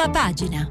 Prima pagina.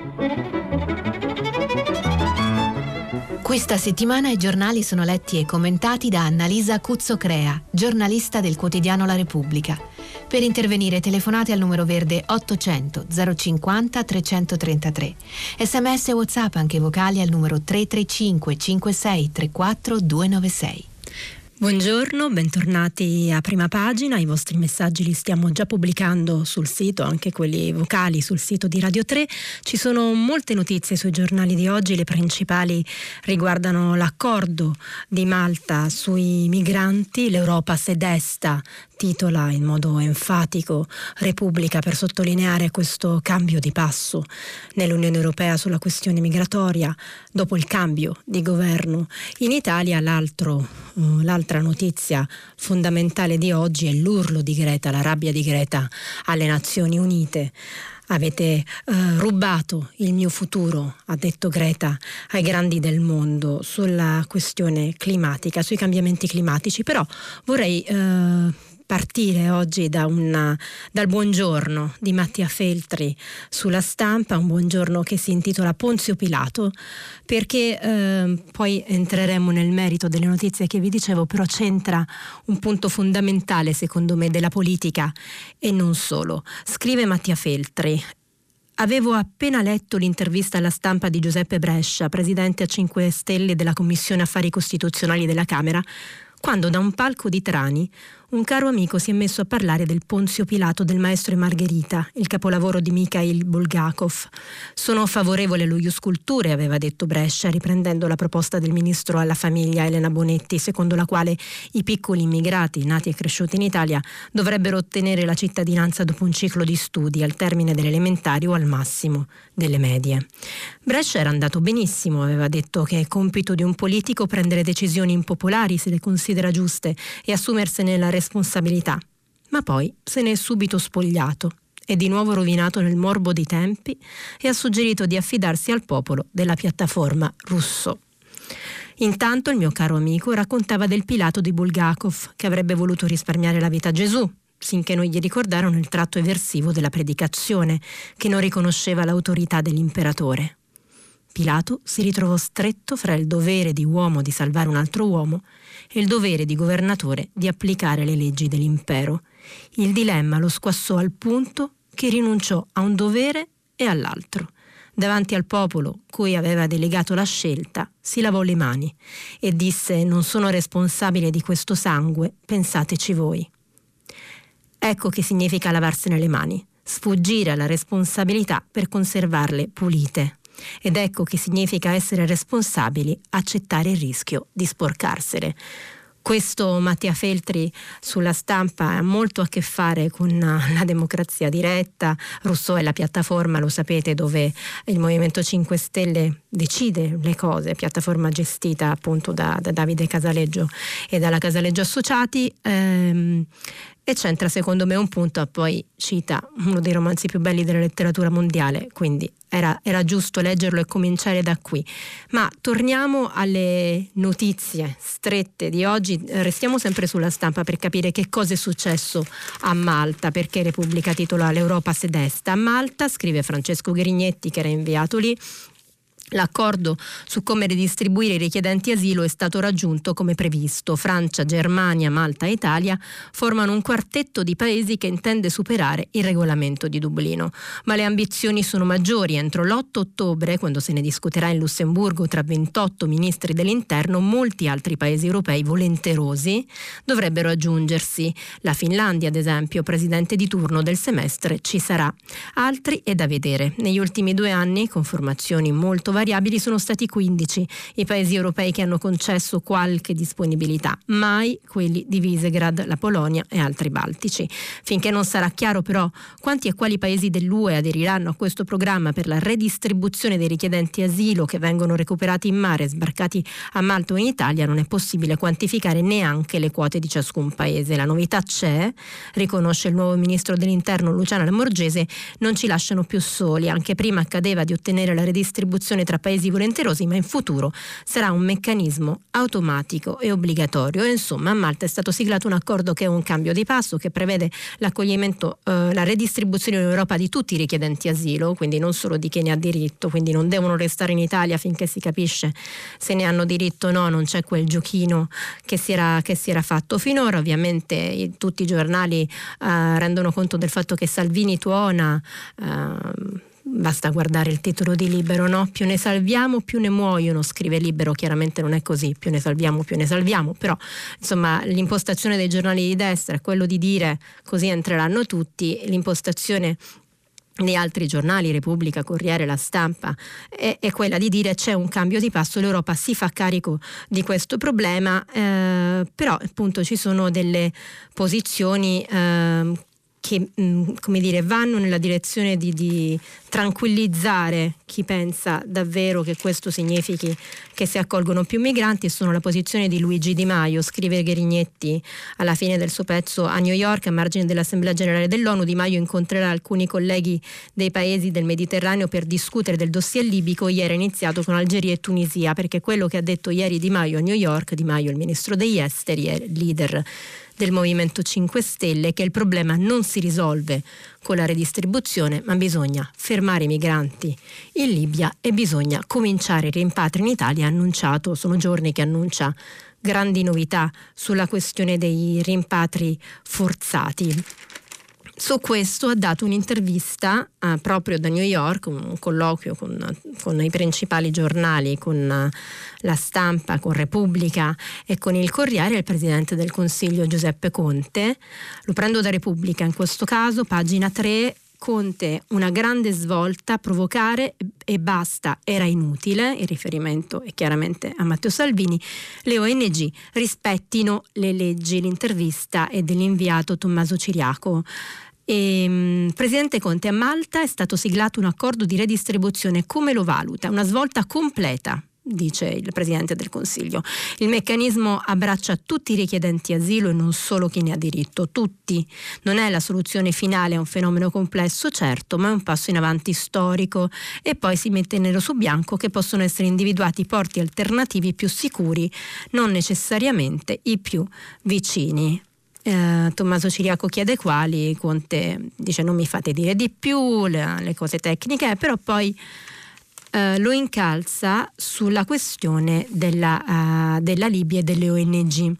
Questa settimana i giornali sono letti e commentati da Annalisa Cuzzocrea, giornalista del quotidiano La Repubblica. Per intervenire telefonate al numero verde 800 050 333. SMS e WhatsApp anche vocali al numero 335 56 34 296. Buongiorno, bentornati a Prima Pagina. I vostri messaggi li stiamo già pubblicando sul sito, anche quelli vocali sul sito di Radio 3. Ci sono molte notizie sui giornali di oggi, le principali riguardano l'accordo di Malta sui migranti. L'Europa sedesta, titola in modo enfatico Repubblica, per sottolineare questo cambio di passo nell'Unione Europea sulla questione migratoria dopo il cambio di governo in Italia. L'altra notizia fondamentale di oggi è l'urlo di Greta, la rabbia di Greta alle Nazioni Unite. Avete rubato il mio futuro, ha detto Greta ai grandi del mondo sulla questione climatica, sui cambiamenti climatici. Però vorrei partire oggi dal buongiorno di Mattia Feltri sulla Stampa, un buongiorno che si intitola Ponzio Pilato, perché poi entreremo nel merito delle notizie che vi dicevo, però c'entra un punto fondamentale secondo me della politica e non solo. Scrive Mattia Feltri: avevo appena letto l'intervista alla Stampa di Giuseppe Brescia, presidente a 5 Stelle della Commissione Affari Costituzionali della Camera, quando da un palco di Trani un caro amico si è messo a parlare del Ponzio Pilato del Maestro e Margherita, il capolavoro di Mikhail Bulgakov. Sono favorevole allo Ius Culturae, aveva detto Brescia, riprendendo la proposta del ministro alla famiglia Elena Bonetti, secondo la quale i piccoli immigrati nati e cresciuti in Italia dovrebbero ottenere la cittadinanza dopo un ciclo di studi al termine delle elementari o al massimo delle medie. Brescia era andato benissimo, aveva detto che è compito di un politico prendere decisioni impopolari se le considera giuste e assumersene la responsabilità, ma poi se ne è subito spogliato, è di nuovo rovinato nel morbo dei tempi e ha suggerito di affidarsi al popolo della piattaforma Rousseau. Intanto il mio caro amico raccontava del Pilato di Bulgakov, che avrebbe voluto risparmiare la vita a Gesù, sinché non gli ricordarono il tratto eversivo della predicazione, che non riconosceva l'autorità dell'imperatore. Pilato si ritrovò stretto fra il dovere di uomo di salvare un altro uomo e il dovere di governatore di applicare le leggi dell'impero. Il dilemma lo squassò al punto che rinunciò a un dovere e all'altro. Davanti al popolo cui aveva delegato la scelta, si lavò le mani e disse: non sono responsabile di questo sangue, pensateci voi. Ecco che significa lavarsene le mani, sfuggire alla responsabilità per conservarle pulite. Ed ecco che significa essere responsabili, accettare il rischio di sporcarsene. Questo Mattia Feltri sulla Stampa ha molto a che fare con la democrazia diretta. Rousseau è la piattaforma, lo sapete, dove il Movimento 5 Stelle decide le cose, piattaforma gestita appunto da Davide Casaleggio e dalla Casaleggio Associati, e c'entra secondo me un punto, poi cita uno dei romanzi più belli della letteratura mondiale, quindi era giusto leggerlo e cominciare da qui. Ma torniamo alle notizie strette di oggi, restiamo sempre sulla Stampa per capire che cosa è successo a Malta, perché Repubblica titola l'Europa sedesta. A Malta, scrive Francesco Grignetti, che era inviato lì, l'accordo su come ridistribuire i richiedenti asilo è stato raggiunto come previsto. Francia, Germania, Malta e Italia formano un quartetto di paesi che intende superare il regolamento di Dublino. Ma le ambizioni sono maggiori. Entro l'8 ottobre, quando se ne discuterà in Lussemburgo tra 28 ministri dell'interno, molti altri paesi europei volenterosi dovrebbero aggiungersi. La Finlandia, ad esempio, presidente di turno del semestre, ci sarà. Altri è da vedere. Negli ultimi 2 anni, con formazioni molto variabili, sono stati 15 i paesi europei che hanno concesso qualche disponibilità, mai quelli di Visegrad, la Polonia e altri baltici. Finché non sarà chiaro però quanti e quali paesi dell'UE aderiranno a questo programma per la redistribuzione dei richiedenti asilo che vengono recuperati in mare e sbarcati a Malta o in Italia, non è possibile quantificare neanche le quote di ciascun paese. La novità c'è, riconosce il nuovo ministro dell'interno Luciana Lamorgese: non ci lasciano più soli. Anche prima accadeva di ottenere la redistribuzione tra paesi volenterosi, ma in futuro sarà un meccanismo automatico e obbligatorio. E insomma, a Malta è stato siglato un accordo che è un cambio di passo, che prevede l'accoglimento, la redistribuzione in Europa di tutti i richiedenti asilo, quindi non solo di chi ne ha diritto, quindi non devono restare in Italia finché si capisce se ne hanno diritto o no, non c'è quel giochino che si era fatto finora. Ovviamente tutti i giornali rendono conto del fatto che Salvini tuona, basta guardare il titolo di Libero, no? Più ne salviamo più ne muoiono, scrive Libero. Chiaramente non è così, più ne salviamo, però insomma l'impostazione dei giornali di destra è quello di dire così entreranno tutti. L'impostazione di altri giornali, Repubblica, Corriere, La Stampa, è quella di dire c'è un cambio di passo, l'Europa si fa carico di questo problema, però appunto ci sono delle posizioni che come dire, vanno nella direzione di tranquillizzare chi pensa davvero che questo significhi che si accolgono più migranti, e sono la posizione di Luigi Di Maio. Scrive Gherignetti alla fine del suo pezzo: a New York, a margine dell'Assemblea Generale dell'ONU, Di Maio incontrerà alcuni colleghi dei paesi del Mediterraneo per discutere del dossier libico. Ieri è iniziato con Algeria e Tunisia, perché quello che ha detto ieri Di Maio a New York, Di Maio il ministro degli esteri, è leader del Movimento 5 Stelle, che il problema non si risolve con la redistribuzione, ma bisogna fermare i migranti in Libia e bisogna cominciare i rimpatri in Italia. Annunciato, sono giorni che annuncia grandi novità sulla questione dei rimpatri forzati. Su questo ha dato un'intervista proprio da New York, un colloquio con i principali giornali, con La Stampa, con Repubblica e con il Corriere, il Presidente del Consiglio Giuseppe Conte. Lo prendo da Repubblica in questo caso, pagina 3. Conte, una grande svolta, provocare e basta, era inutile. Il riferimento è chiaramente a Matteo Salvini. Le ONG rispettino le leggi. L'intervista è dell'inviato Tommaso Ciriaco. Presidente Conte, a Malta è stato siglato un accordo di redistribuzione. Come lo valuta? Una svolta completa, dice il Presidente del Consiglio. Il meccanismo abbraccia tutti i richiedenti asilo e non solo chi ne ha diritto, tutti. Non è la soluzione finale a un fenomeno complesso, certo, ma è un passo in avanti storico, e poi si mette nero su bianco che possono essere individuati porti alternativi più sicuri, non necessariamente i più vicini. Tommaso Ciriaco chiede quali. Conte dice: non mi fate dire di più le cose tecniche, però poi lo incalza sulla questione della Libia e delle ONG.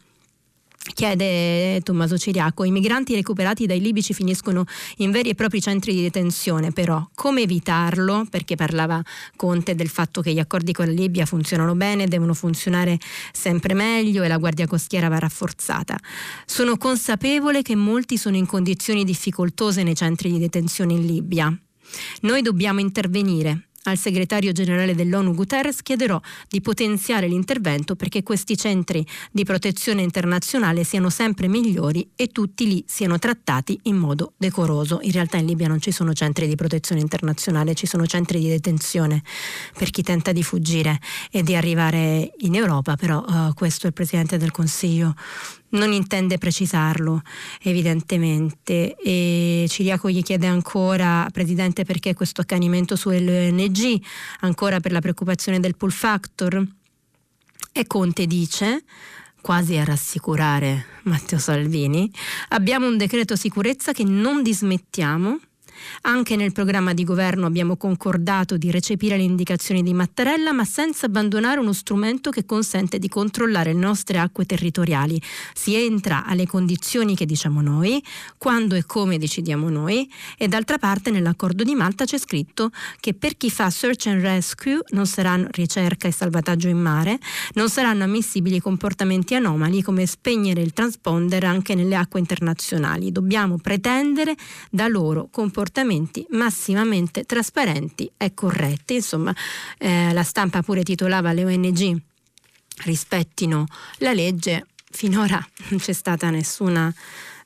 Chiede Tommaso Ciriaco: i migranti recuperati dai libici finiscono in veri e propri centri di detenzione, però come evitarlo? Perché parlava Conte del fatto che gli accordi con la Libia funzionano bene, devono funzionare sempre meglio e la Guardia Costiera va rafforzata. Sono consapevole che molti sono in condizioni difficoltose nei centri di detenzione in Libia. Noi dobbiamo intervenire. Al segretario generale dell'ONU Guterres chiederò di potenziare l'intervento perché questi centri di protezione internazionale siano sempre migliori e tutti lì siano trattati in modo decoroso. In realtà in Libia non ci sono centri di protezione internazionale, ci sono centri di detenzione per chi tenta di fuggire e di arrivare in Europa, però questo il Presidente del Consiglio non intende precisarlo evidentemente. E Ciriaco gli chiede ancora: Presidente, perché questo accanimento sulle ONG, ancora per la preoccupazione del pull factor? E Conte dice, quasi a rassicurare Matteo Salvini: abbiamo un decreto sicurezza che non dismettiamo. Anche nel programma di governo abbiamo concordato di recepire le indicazioni di Mattarella, ma senza abbandonare uno strumento che consente di controllare le nostre acque territoriali. Si entra alle condizioni che diciamo noi, quando e come decidiamo noi, e d'altra parte nell'accordo di Malta c'è scritto che per chi fa search and rescue, non saranno ricerca e salvataggio in mare, non saranno ammissibili comportamenti anomali come spegnere il transponder anche nelle acque internazionali. Dobbiamo pretendere da loro comportamenti massimamente trasparenti e corretti. Insomma, La Stampa pure titolava: le ONG rispettino la legge. Finora non c'è stata nessuna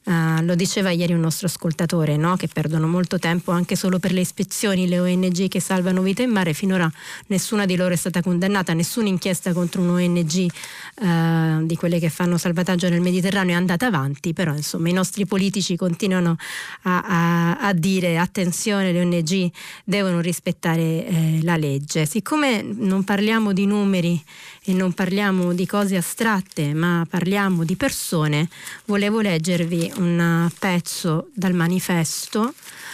Lo diceva ieri un nostro ascoltatore, no? Che perdono molto tempo anche solo per le ispezioni, le ONG che salvano vite in mare. Finora nessuna di loro è stata condannata, nessuna inchiesta contro un'ONG di quelle che fanno salvataggio nel Mediterraneo è andata avanti, però insomma i nostri politici continuano a dire attenzione, le ONG devono rispettare la legge. Siccome non parliamo di numeri e non parliamo di cose astratte, ma parliamo di persone, volevo leggervi un pezzo dal manifesto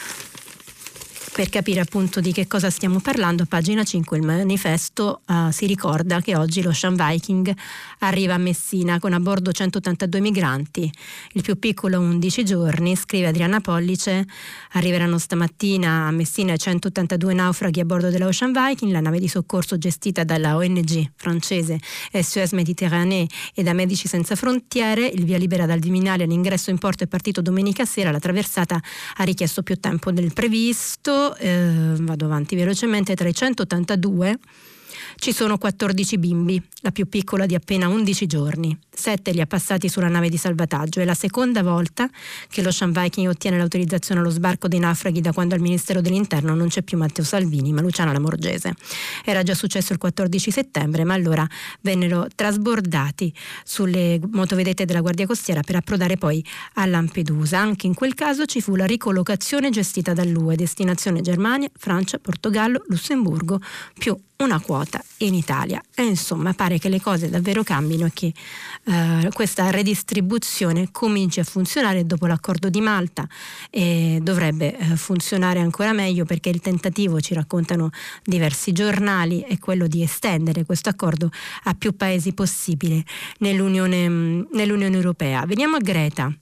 per capire appunto di che cosa stiamo parlando. A pagina 5 il manifesto si ricorda che oggi l'Ocean Viking arriva a Messina con a bordo 182 migranti, il più piccolo 11 giorni. Scrive Adriana Pollice: arriveranno stamattina a Messina 182 naufraghi a bordo dell'Ocean Viking, la nave di soccorso gestita dalla ONG francese SOS Méditerranée e da Medici Senza Frontiere. Il via libera dal Viminale all'ingresso in porto è partito domenica sera, la traversata ha richiesto più tempo del previsto. Vado avanti velocemente. Tra i 182 ci sono 14 bimbi, la più piccola di appena 11 giorni. 7 li ha passati sulla nave di salvataggio. È la seconda volta che l'Ocean Viking ottiene l'autorizzazione allo sbarco dei naufraghi da quando al Ministero dell'Interno non c'è più Matteo Salvini, ma Luciana Lamorgese. Era già successo il 14 settembre, ma allora vennero trasbordati sulle motovedette della Guardia Costiera per approdare poi a Lampedusa. Anche in quel caso ci fu la ricollocazione gestita dall'UE, destinazione Germania, Francia, Portogallo, Lussemburgo, più una quota in Italia. E insomma pare che le cose davvero cambino e che questa redistribuzione cominci a funzionare dopo l'accordo di Malta, e dovrebbe funzionare ancora meglio, perché il tentativo, ci raccontano diversi giornali, è quello di estendere questo accordo a più paesi possibile nell'Unione Europea. Veniamo a Greta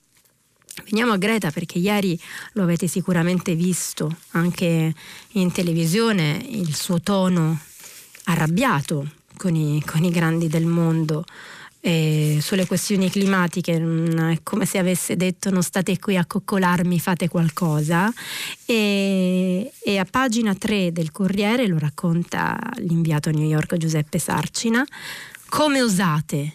perché ieri lo avete sicuramente visto anche in televisione, il suo tono arrabbiato con i grandi del mondo sulle questioni climatiche. È come se avesse detto: non state qui a coccolarmi, fate qualcosa. E a pagina 3 del Corriere lo racconta l'inviato a New York Giuseppe Sarcina: come osate?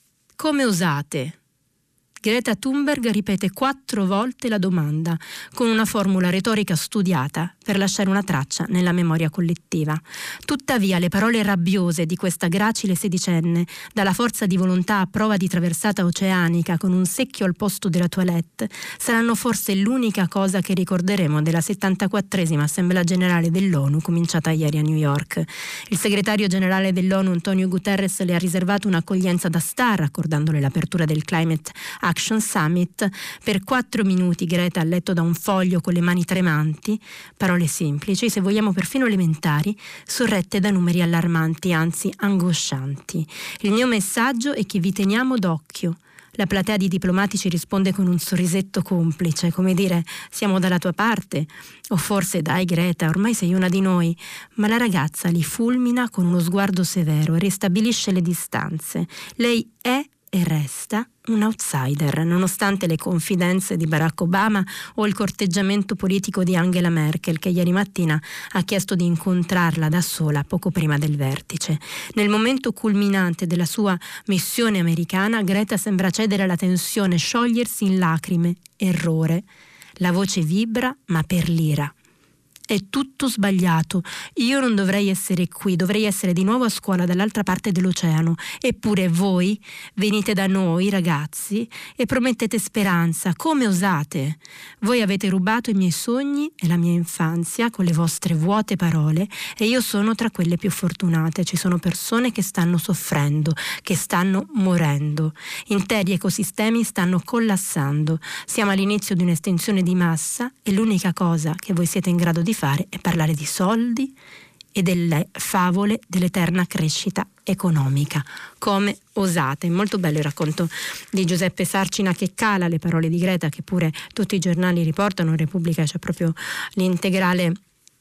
Greta Thunberg ripete 4 volte la domanda, con una formula retorica studiata per lasciare una traccia nella memoria collettiva. Tuttavia le parole rabbiose di questa gracile sedicenne, dalla forza di volontà a prova di traversata oceanica con un secchio al posto della toilette, saranno forse l'unica cosa che ricorderemo della 74esima Assemblea Generale dell'ONU cominciata ieri a New York. Il segretario generale dell'ONU Antonio Guterres le ha riservato un'accoglienza da star, accordandole l'apertura del Climate Action Summit. Per 4 minuti Greta ha letto da un foglio con le mani tremanti parole semplici, se vogliamo perfino elementari, sorrette da numeri allarmanti, anzi angoscianti. Il mio messaggio è che vi teniamo d'occhio. La platea di diplomatici risponde con un sorrisetto complice, come dire: siamo dalla tua parte, o forse dai Greta, ormai sei una di noi. Ma la ragazza li fulmina con uno sguardo severo e ristabilisce le distanze. Lei è e resta un outsider, nonostante le confidenze di Barack Obama o il corteggiamento politico di Angela Merkel, che ieri mattina ha chiesto di incontrarla da sola poco prima del vertice. Nel momento culminante della sua missione americana, Greta sembra cedere alla tensione, sciogliersi in lacrime. Errore. La voce vibra, ma per l'ira. È tutto sbagliato. Io non dovrei essere qui, dovrei essere di nuovo a scuola dall'altra parte dell'oceano. Eppure voi venite da noi, ragazzi, e promettete speranza. Come osate? Voi avete rubato i miei sogni e la mia infanzia con le vostre vuote parole, e io sono tra quelle più fortunate. Ci sono persone che stanno soffrendo, che stanno morendo. Interi ecosistemi stanno collassando. Siamo all'inizio di un'estinzione di massa e l'unica cosa che voi siete in grado di fare è parlare di soldi e delle favole dell'eterna crescita economica. Come osate? Molto bello il racconto di Giuseppe Sarcina, che cala le parole di Greta, che pure tutti i giornali riportano. In Repubblica c'è proprio l'integrale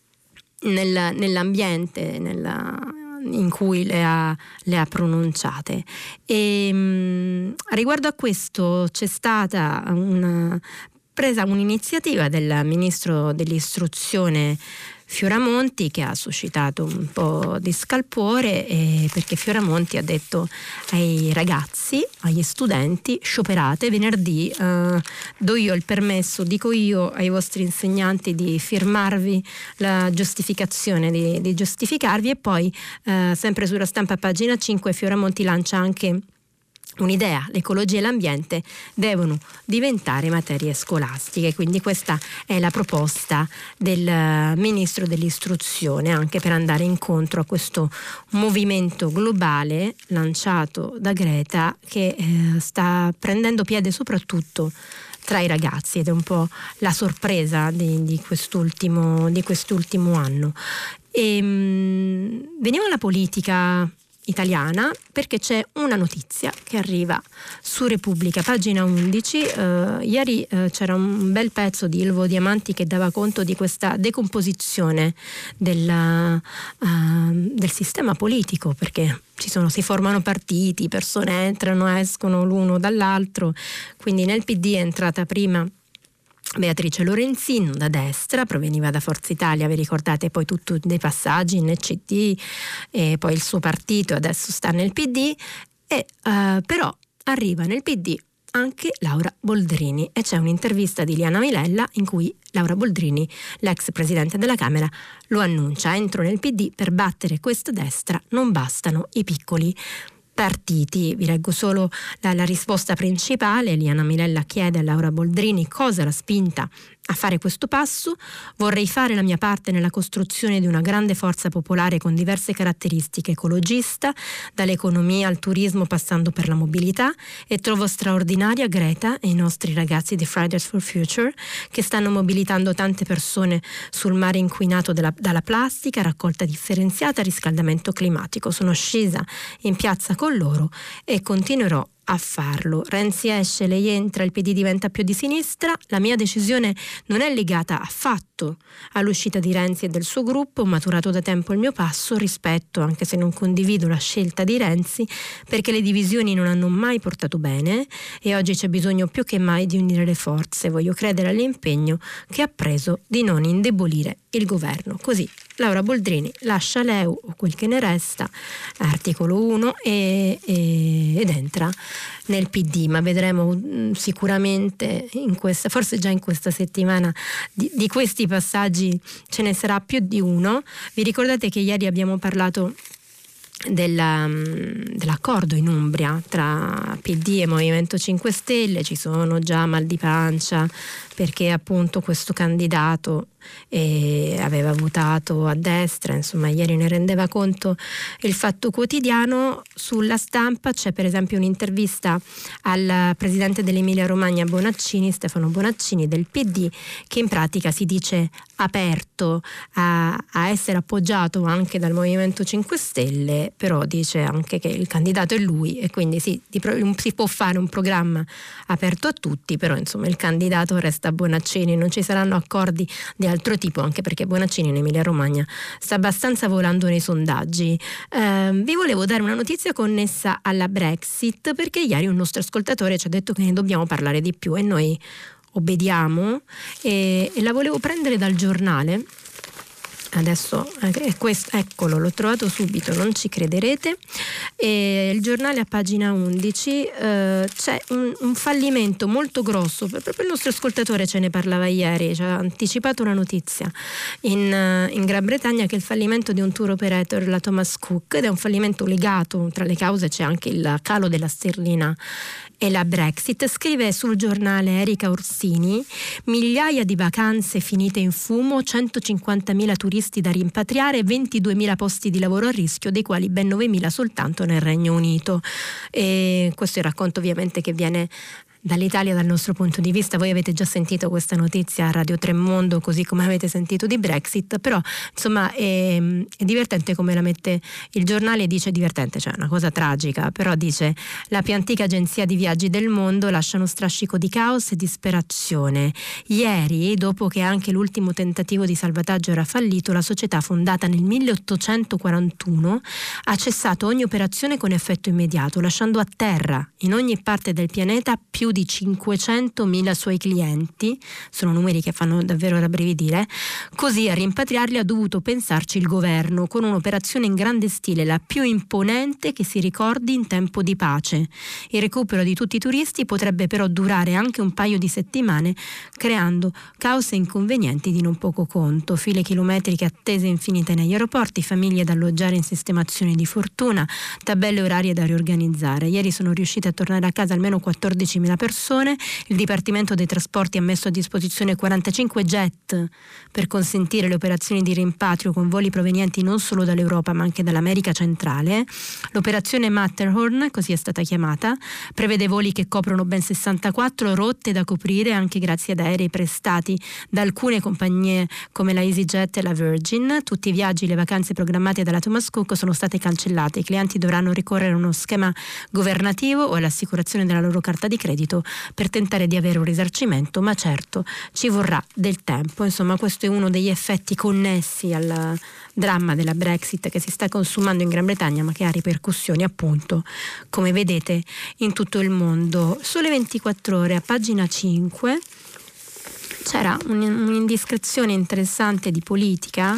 nell'ambiente in cui le ha pronunciate. E riguardo a questo c'è stata presa un'iniziativa del ministro dell'istruzione Fioramonti, che ha suscitato un po' di scalpore, perché Fioramonti ha detto ai ragazzi, agli studenti: scioperate venerdì, do io il permesso, dico io ai vostri insegnanti di firmarvi la giustificazione, di giustificarvi. E poi sempre sulla Stampa, pagina 5, Fioramonti lancia anche un'idea: l'ecologia e l'ambiente devono diventare materie scolastiche. Quindi questa è la proposta del ministro dell'istruzione, anche per andare incontro a questo movimento globale lanciato da Greta, che sta prendendo piede soprattutto tra i ragazzi, ed è un po' la sorpresa di quest'ultimo anno. Veniamo alla politica italiana, perché c'è una notizia che arriva su Repubblica, pagina 11. Ieri c'era un bel pezzo di Ilvo Diamanti che dava conto di questa decomposizione del sistema politico, perché si formano partiti, persone entrano, escono l'uno dall'altro. Quindi nel PD è entrata prima Beatrice Lorenzin da destra, proveniva da Forza Italia, vi ricordate poi tutti dei passaggi nel CD, e poi il suo partito adesso sta nel PD, e però arriva nel PD anche Laura Boldrini, e c'è un'intervista di Liana Milella in cui Laura Boldrini, l'ex presidente della Camera, lo annuncia: entro nel PD, per battere questa destra non bastano i piccoli partiti. Vi leggo solo la risposta principale. Liana Milella chiede a Laura Boldrini cosa l'ha spinta a fare questo passo. Vorrei fare la mia parte nella costruzione di una grande forza popolare con diverse caratteristiche, ecologista, dall'economia al turismo passando per la mobilità, e trovo straordinaria Greta e i nostri ragazzi di Fridays for Future, che stanno mobilitando tante persone sul mare inquinato dalla plastica, raccolta differenziata, riscaldamento climatico. Sono scesa in piazza con loro e continuerò a farlo. Renzi esce, lei entra, il PD diventa più di sinistra. La mia decisione non è legata affatto all'uscita di Renzi e del suo gruppo. Ho maturato da tempo il mio passo, rispetto, anche se non condivido la scelta di Renzi, perché le divisioni non hanno mai portato bene e oggi c'è bisogno più che mai di unire le forze. Voglio credere all'impegno che ha preso di non indebolire il governo. Così Laura Boldrini lascia l'EU, o quel che ne resta, articolo 1, ed entra nel PD, ma vedremo sicuramente forse già in questa settimana di questi passaggi ce ne sarà più di uno. Vi ricordate che ieri abbiamo parlato dell'accordo in Umbria tra PD e Movimento 5 Stelle? Ci sono già mal di pancia perché appunto questo candidato aveva votato a destra. Insomma, ieri ne rendeva conto il Fatto Quotidiano. Sulla Stampa c'è per esempio un'intervista al presidente dell'Emilia Romagna Bonaccini, Stefano Bonaccini del PD, che in pratica si dice aperto a essere appoggiato anche dal Movimento 5 Stelle, però dice anche che il candidato è lui, e quindi si può fare un programma aperto a tutti, però insomma il candidato resta Bonaccini. Non ci saranno accordi di altro tipo, anche perché Bonaccini in Emilia Romagna sta abbastanza volando nei sondaggi. Vi volevo dare una notizia connessa alla Brexit, perché ieri un nostro ascoltatore ci ha detto che ne dobbiamo parlare di più e noi obbediamo, e la volevo prendere dal giornale. Adesso eccolo, l'ho trovato subito, non ci crederete. Il giornale a pagina 11 c'è un fallimento molto grosso, proprio il nostro ascoltatore ce ne parlava ieri, ci ha anticipato una notizia in Gran Bretagna, che è il fallimento di un tour operator, la Thomas Cook, ed è un fallimento legato, tra le cause c'è anche il calo della sterlina e la Brexit. Scrive sul giornale Erika Orsini: migliaia di vacanze finite in fumo, 150.000 turisti da rimpatriare, 22.000 posti di lavoro a rischio, dei quali ben 9.000 soltanto nel Regno Unito. E questo è il racconto ovviamente che viene dall'Italia, dal nostro punto di vista. Voi avete già sentito questa notizia a Radio Tremondo, così come avete sentito di Brexit, però insomma è divertente come la mette il giornale. Dice divertente, cioè una cosa tragica, però dice: la più antica agenzia di viaggi del mondo lascia uno strascico di caos e disperazione. Ieri, dopo che anche l'ultimo tentativo di salvataggio era fallito, la società, fondata nel 1841, ha cessato ogni operazione con effetto immediato, lasciando a terra in ogni parte del pianeta più più di 500.000 suoi clienti, sono numeri che fanno davvero rabbrividire. Così a rimpatriarli ha dovuto pensarci il governo, con un'operazione in grande stile, la più imponente che si ricordi in tempo di pace. Il recupero di tutti i turisti potrebbe però durare anche un paio di settimane, creando caos e inconvenienti di non poco conto, file chilometriche, attese infinite negli aeroporti, famiglie da alloggiare in sistemazioni di fortuna, tabelle orarie da riorganizzare. Ieri sono riuscite a tornare a casa almeno 14.000 persone. Il Dipartimento dei Trasporti ha messo a disposizione 45 jet per consentire le operazioni di rimpatrio con voli provenienti non solo dall'Europa ma anche dall'America centrale. L'operazione Matterhorn, così è stata chiamata, prevede voli che coprono ben 64 rotte da coprire anche grazie ad aerei prestati da alcune compagnie come la EasyJet e la Virgin. Tutti i viaggi e le vacanze programmate dalla Thomas Cook sono state cancellate. I clienti dovranno ricorrere a uno schema governativo o all'assicurazione della loro carta di credito per tentare di avere un risarcimento, ma certo ci vorrà del tempo. Insomma, questo è uno degli effetti connessi al dramma della Brexit che si sta consumando in Gran Bretagna, ma che ha ripercussioni appunto, come vedete, in tutto il mondo. Sole 24 Ore, a pagina 5 c'era un'indiscrezione interessante di politica.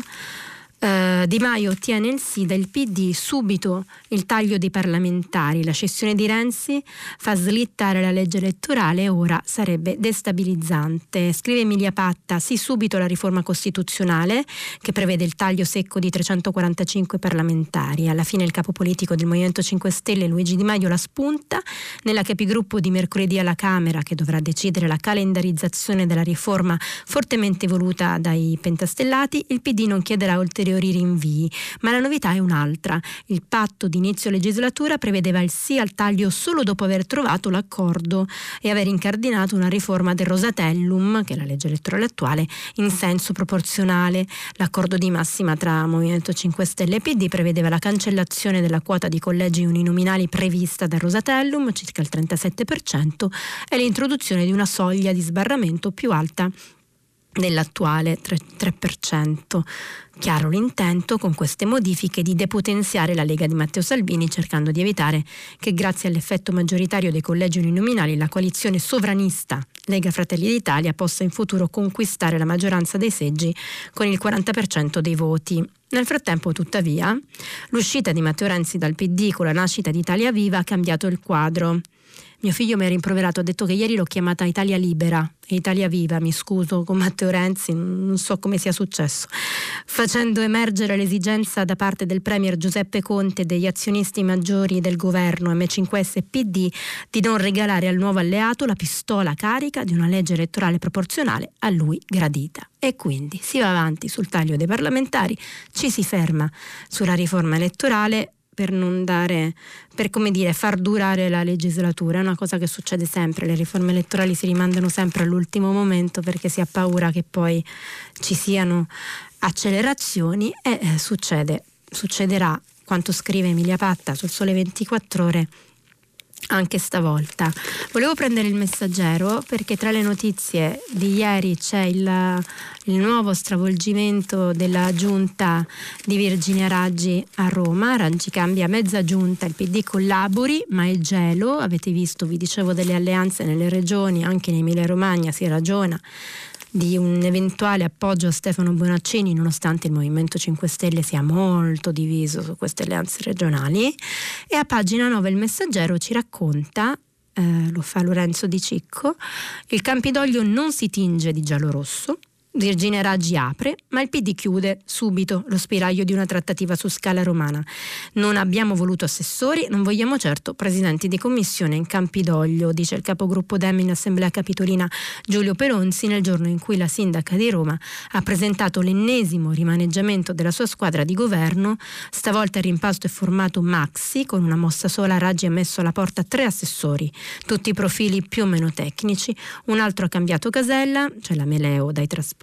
Di Maio ottiene il sì del PD, subito il taglio dei parlamentari, la cessione di Renzi fa slittare la legge elettorale e ora sarebbe destabilizzante. Scrive Emilia Patta, sì subito la riforma costituzionale che prevede il taglio secco di 345 parlamentari. Alla fine il capo politico del Movimento 5 Stelle, Luigi Di Maio, la spunta. Nella capigruppo di mercoledì alla Camera, che dovrà decidere la calendarizzazione della riforma fortemente voluta dai pentastellati, il PD non chiederà ulteriori rinvii, ma la novità è un'altra. Il patto di inizio legislatura prevedeva il sì al taglio solo dopo aver trovato l'accordo e aver incardinato una riforma del Rosatellum, che è la legge elettorale attuale, in senso proporzionale. L'accordo di massima tra Movimento 5 Stelle e PD prevedeva la cancellazione della quota di collegi uninominali prevista dal Rosatellum, circa il 37%, e l'introduzione di una soglia di sbarramento più alta dell'attuale 3%. Chiaro l'intento con queste modifiche di depotenziare la Lega di Matteo Salvini, cercando di evitare che grazie all'effetto maggioritario dei collegi uninominali la coalizione sovranista Lega Fratelli d'Italia possa in futuro conquistare la maggioranza dei seggi con il 40% dei voti. Nel frattempo, tuttavia, l'uscita di Matteo Renzi dal PD con la nascita di Italia Viva ha cambiato il quadro. Mio figlio mi ha rimproverato, ha detto che ieri l'ho chiamata Italia Libera e Italia Viva, mi scuso con Matteo Renzi, non so come sia successo, facendo emergere l'esigenza da parte del premier Giuseppe Conte e degli azionisti maggiori del governo M5S e PD di non regalare al nuovo alleato la pistola carica di una legge elettorale proporzionale a lui gradita. E quindi si va avanti sul taglio dei parlamentari, ci si ferma sulla riforma elettorale per non dare, per come dire, far durare la legislatura. È una cosa che succede sempre, le riforme elettorali si rimandano sempre all'ultimo momento perché si ha paura che poi ci siano accelerazioni e succederà quanto scrive Emilia Patta sul Sole 24 Ore anche stavolta. Volevo prendere il Messaggero perché tra le notizie di ieri c'è il nuovo stravolgimento della giunta di Virginia Raggi a Roma. Raggi cambia mezza giunta, il PD collabori, ma è gelo. Avete visto, vi dicevo, delle alleanze nelle regioni, anche in Emilia Romagna si ragiona di un eventuale appoggio a Stefano Bonaccini, nonostante il Movimento 5 Stelle sia molto diviso su queste alleanze regionali. E a pagina 9 il Messaggero ci racconta, lo fa Lorenzo Di Cicco, il Campidoglio non si tinge di giallo-rosso, Virginia Raggi apre, ma il PD chiude subito lo spiraglio di una trattativa su scala romana. Non abbiamo voluto assessori, non vogliamo certo presidenti di commissione in Campidoglio, dice il capogruppo Dem in Assemblea Capitolina Giulio Peronzi nel giorno in cui la sindaca di Roma ha presentato l'ennesimo rimaneggiamento della sua squadra di governo. Stavolta il rimpasto è formato maxi, con una mossa sola Raggi ha messo alla porta 3 assessori, tutti i profili più o meno tecnici. Un altro ha cambiato casella, cioè la Meleo dai trasporti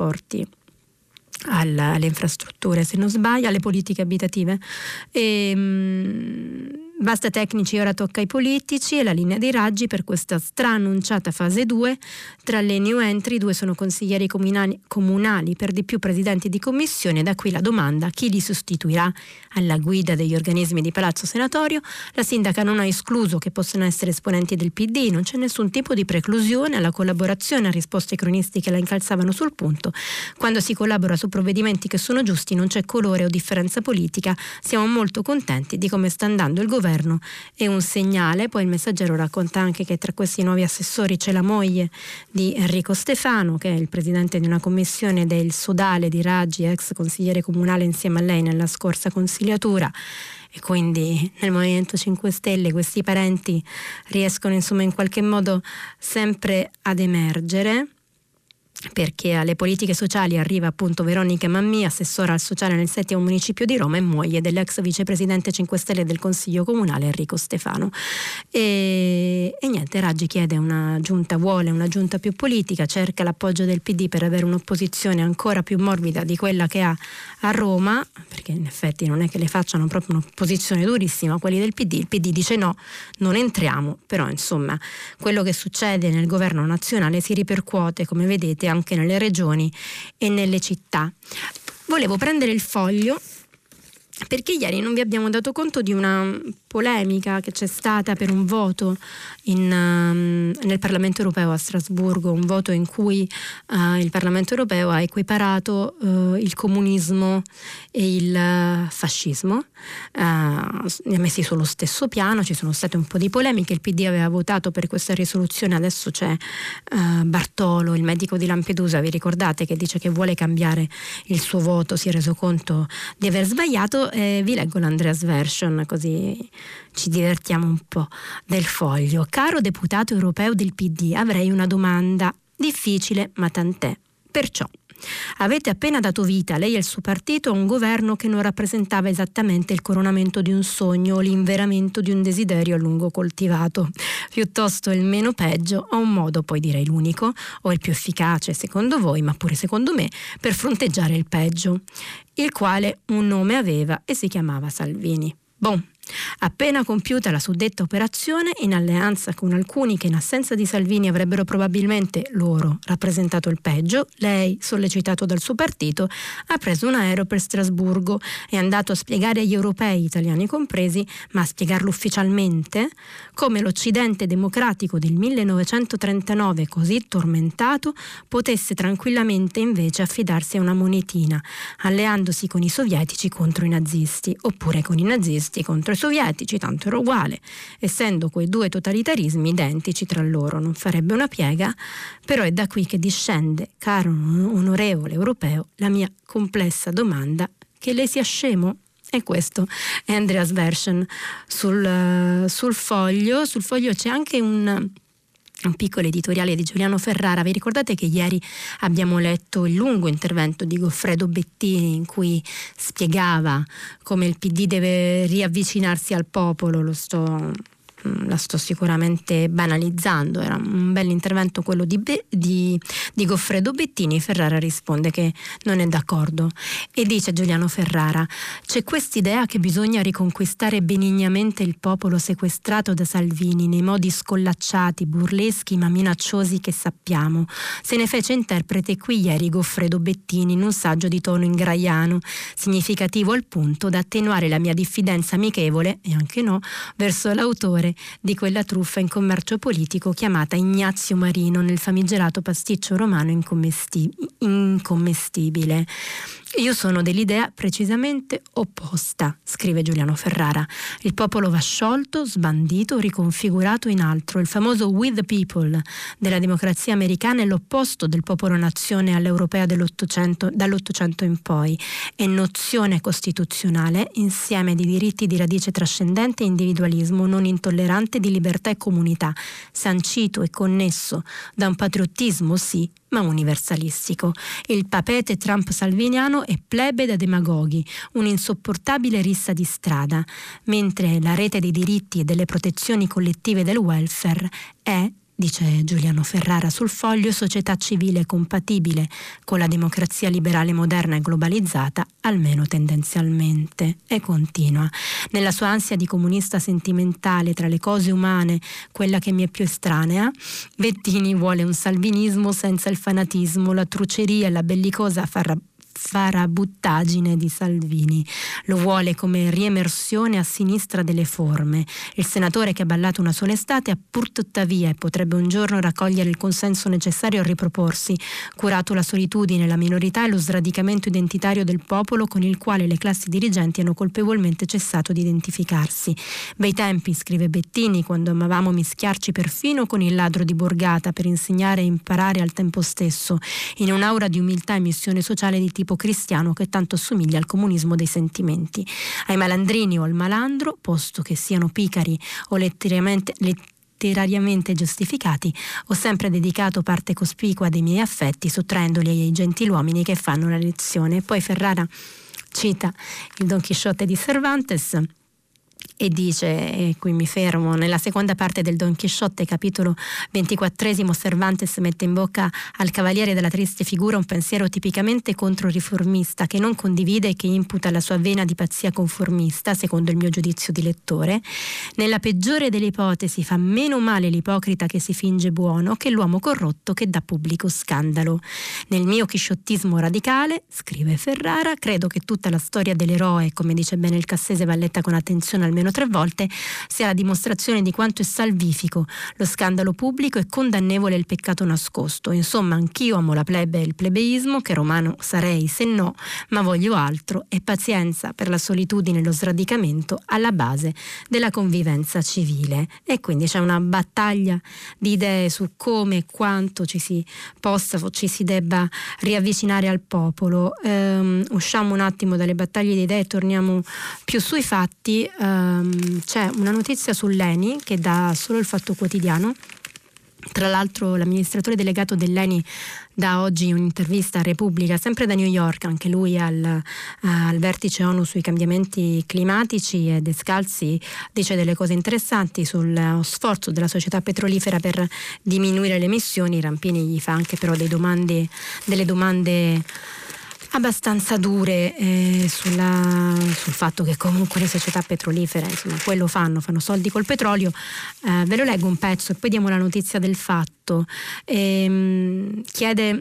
alle infrastrutture, se non sbaglio, alle politiche abitative, e Basta tecnici, ora tocca ai politici, e la linea dei Raggi per questa straannunciata fase 2. Tra le new entry 2 sono consiglieri comunali, per di più presidenti di commissione. Da qui la domanda: chi li sostituirà alla guida degli organismi di Palazzo Senatorio? La sindaca non ha escluso che possano essere esponenti del PD, non c'è nessun tipo di preclusione alla collaborazione. A risposte cronistiche la incalzavano sul punto: quando si collabora su provvedimenti che sono giusti non c'è colore o differenza politica, siamo molto contenti di come sta andando il governo. È un segnale. Poi il Messaggero racconta anche che tra questi nuovi assessori c'è la moglie di Enrico Stefano, che è il presidente di una commissione del sodale di Raggi, ex consigliere comunale insieme a lei nella scorsa consigliatura, e quindi nel Movimento 5 Stelle questi parenti riescono insomma in qualche modo sempre ad emergere, perché alle politiche sociali arriva appunto Veronica Mammì, assessora al sociale nel 7° municipio di Roma e moglie dell'ex vicepresidente 5 Stelle del Consiglio Comunale Enrico Stefano. E niente, Raggi chiede vuole una giunta più politica, cerca l'appoggio del PD per avere un'opposizione ancora più morbida di quella che ha a Roma, perché in effetti non è che le facciano proprio un'opposizione durissima a quelli del PD. Il PD dice no, non entriamo, però insomma quello che succede nel governo nazionale si ripercuote, come vedete, anche nelle regioni e nelle città. Volevo prendere il Foglio perché ieri non vi abbiamo dato conto di una polemica che c'è stata per un voto nel Parlamento europeo a Strasburgo, un voto in cui il Parlamento europeo ha equiparato il comunismo e il fascismo, li ha messi sullo stesso piano. Ci sono state un po' di polemiche, il PD aveva votato per questa risoluzione, adesso c'è Bartolo, il medico di Lampedusa, vi ricordate, che dice che vuole cambiare il suo voto, si è reso conto di aver sbagliato. Vi leggo l'Andreas Version così ci divertiamo un po' del Foglio. Caro deputato europeo del PD, avrei una domanda difficile, ma tant'è. Perciò avete appena dato vita, lei e il suo partito, a un governo che non rappresentava esattamente il coronamento di un sogno o l'inveramento di un desiderio a lungo coltivato, piuttosto il meno peggio, o un modo, poi direi l'unico, o il più efficace secondo voi, ma pure secondo me, per fronteggiare il peggio, il quale un nome aveva e si chiamava Salvini. Bon. Appena compiuta la suddetta operazione, in alleanza con alcuni che in assenza di Salvini avrebbero probabilmente loro rappresentato il peggio, lei, sollecitato dal suo partito, ha preso un aereo per Strasburgo, è andato a spiegare agli europei, italiani compresi, ma a spiegarlo ufficialmente, come l'Occidente democratico del 1939, così tormentato, potesse tranquillamente invece affidarsi a una monetina, alleandosi con i sovietici contro i nazisti, oppure con i nazisti contro i sovietici, tanto era uguale, essendo quei due totalitarismi identici tra loro, non farebbe una piega. Però è da qui che discende, caro onorevole europeo, la mia complessa domanda: che lei sia scemo? E questo è Andreas Version sul Foglio. Sul Foglio c'è anche un piccolo editoriale di Giuliano Ferrara. Vi ricordate che ieri abbiamo letto il lungo intervento di Goffredo Bettini in cui spiegava come il PD deve riavvicinarsi al popolo? La sto sicuramente banalizzando, era un bel intervento quello di Goffredo Bettini. Ferrara risponde che non è d'accordo e dice Giuliano Ferrara: c'è quest'idea che bisogna riconquistare benignamente il popolo sequestrato da Salvini nei modi scollacciati, burleschi ma minacciosi che sappiamo. Se ne fece interprete qui ieri Goffredo Bettini in un saggio di tono ingraiano, significativo al punto da attenuare la mia diffidenza amichevole, e anche no, verso l'autore di quella truffa in commercio politico chiamata Ignazio Marino nel famigerato pasticcio romano incommestibile. Io sono dell'idea precisamente opposta, scrive Giuliano Ferrara. Il popolo va sciolto, sbandito, riconfigurato in altro. Il famoso We the People della democrazia americana è l'opposto del popolo-nazione all'europea dall'Ottocento in poi. È nozione costituzionale, insieme di diritti di radice trascendente e individualismo non intollerante di libertà e comunità, sancito e connesso da un patriottismo sì, ma universalistico. Il papete Trump-salviniano è plebe da demagoghi, un'insopportabile rissa di strada, mentre la rete dei diritti e delle protezioni collettive del welfare è dice Giuliano Ferrara sul Foglio, società civile compatibile con la democrazia liberale moderna e globalizzata, almeno tendenzialmente. E continua: nella sua ansia di comunista sentimentale, tra le cose umane quella che mi è più estranea, Bettini vuole un salvinismo senza il fanatismo, la truceria e la bellicosa farabuttaggine di Salvini. Lo vuole come riemersione a sinistra delle forme. Il senatore che ha ballato una sola estate ha pur tuttavia, e potrebbe un giorno raccogliere il consenso necessario a riproporsi, curato la solitudine, la minorità e lo sradicamento identitario del popolo con il quale le classi dirigenti hanno colpevolmente cessato di identificarsi. Bei tempi, scrive Bettini, quando amavamo mischiarci perfino con il ladro di borgata per insegnare e imparare al tempo stesso, in un'aura di umiltà e missione sociale di tipo cristiano che tanto assomiglia al comunismo dei sentimenti. Ai malandrini o al malandro, posto che siano picari o letterariamente giustificati, ho sempre dedicato parte cospicua dei miei affetti, sottraendoli ai gentiluomini che fanno la lezione. Poi Ferrara cita il Don Chisciotte di Cervantes e dice, e qui mi fermo, nella seconda parte del Don Chisciotte, capitolo 24, Cervantes mette in bocca al cavaliere della triste figura un pensiero tipicamente controriformista che non condivide e che imputa la sua vena di pazzia conformista, secondo il mio giudizio di lettore. Nella peggiore delle ipotesi fa meno male l'ipocrita che si finge buono che l'uomo corrotto che dà pubblico scandalo. Nel mio chisciottismo radicale, scrive Ferrara, credo che tutta la storia dell'eroe, come dice bene il Cassese, va letta con attenzione almeno 3 volte, sia la dimostrazione di quanto è salvifico lo scandalo pubblico e condannevole il peccato nascosto. Insomma, anch'io amo la plebe e il plebeismo, che romano sarei se no, ma voglio altro, e pazienza per la solitudine e lo sradicamento alla base della convivenza civile. E quindi c'è una battaglia di idee su come e quanto ci si debba riavvicinare al popolo. Usciamo un attimo dalle battaglie di idee e torniamo più sui fatti. C'è una notizia sull'ENI che dà solo il Fatto Quotidiano. Tra l'altro l'amministratore delegato dell'ENI dà oggi un'intervista a Repubblica, sempre da New York, anche lui al vertice ONU sui cambiamenti climatici, e Descalzi dice delle cose interessanti sullo sforzo della società petrolifera per diminuire le emissioni. Rampini gli fa anche però delle domande abbastanza dure sul fatto che comunque le società petrolifere, insomma, quello fanno soldi col petrolio. Ve lo leggo un pezzo e poi diamo la notizia del Fatto. Chiede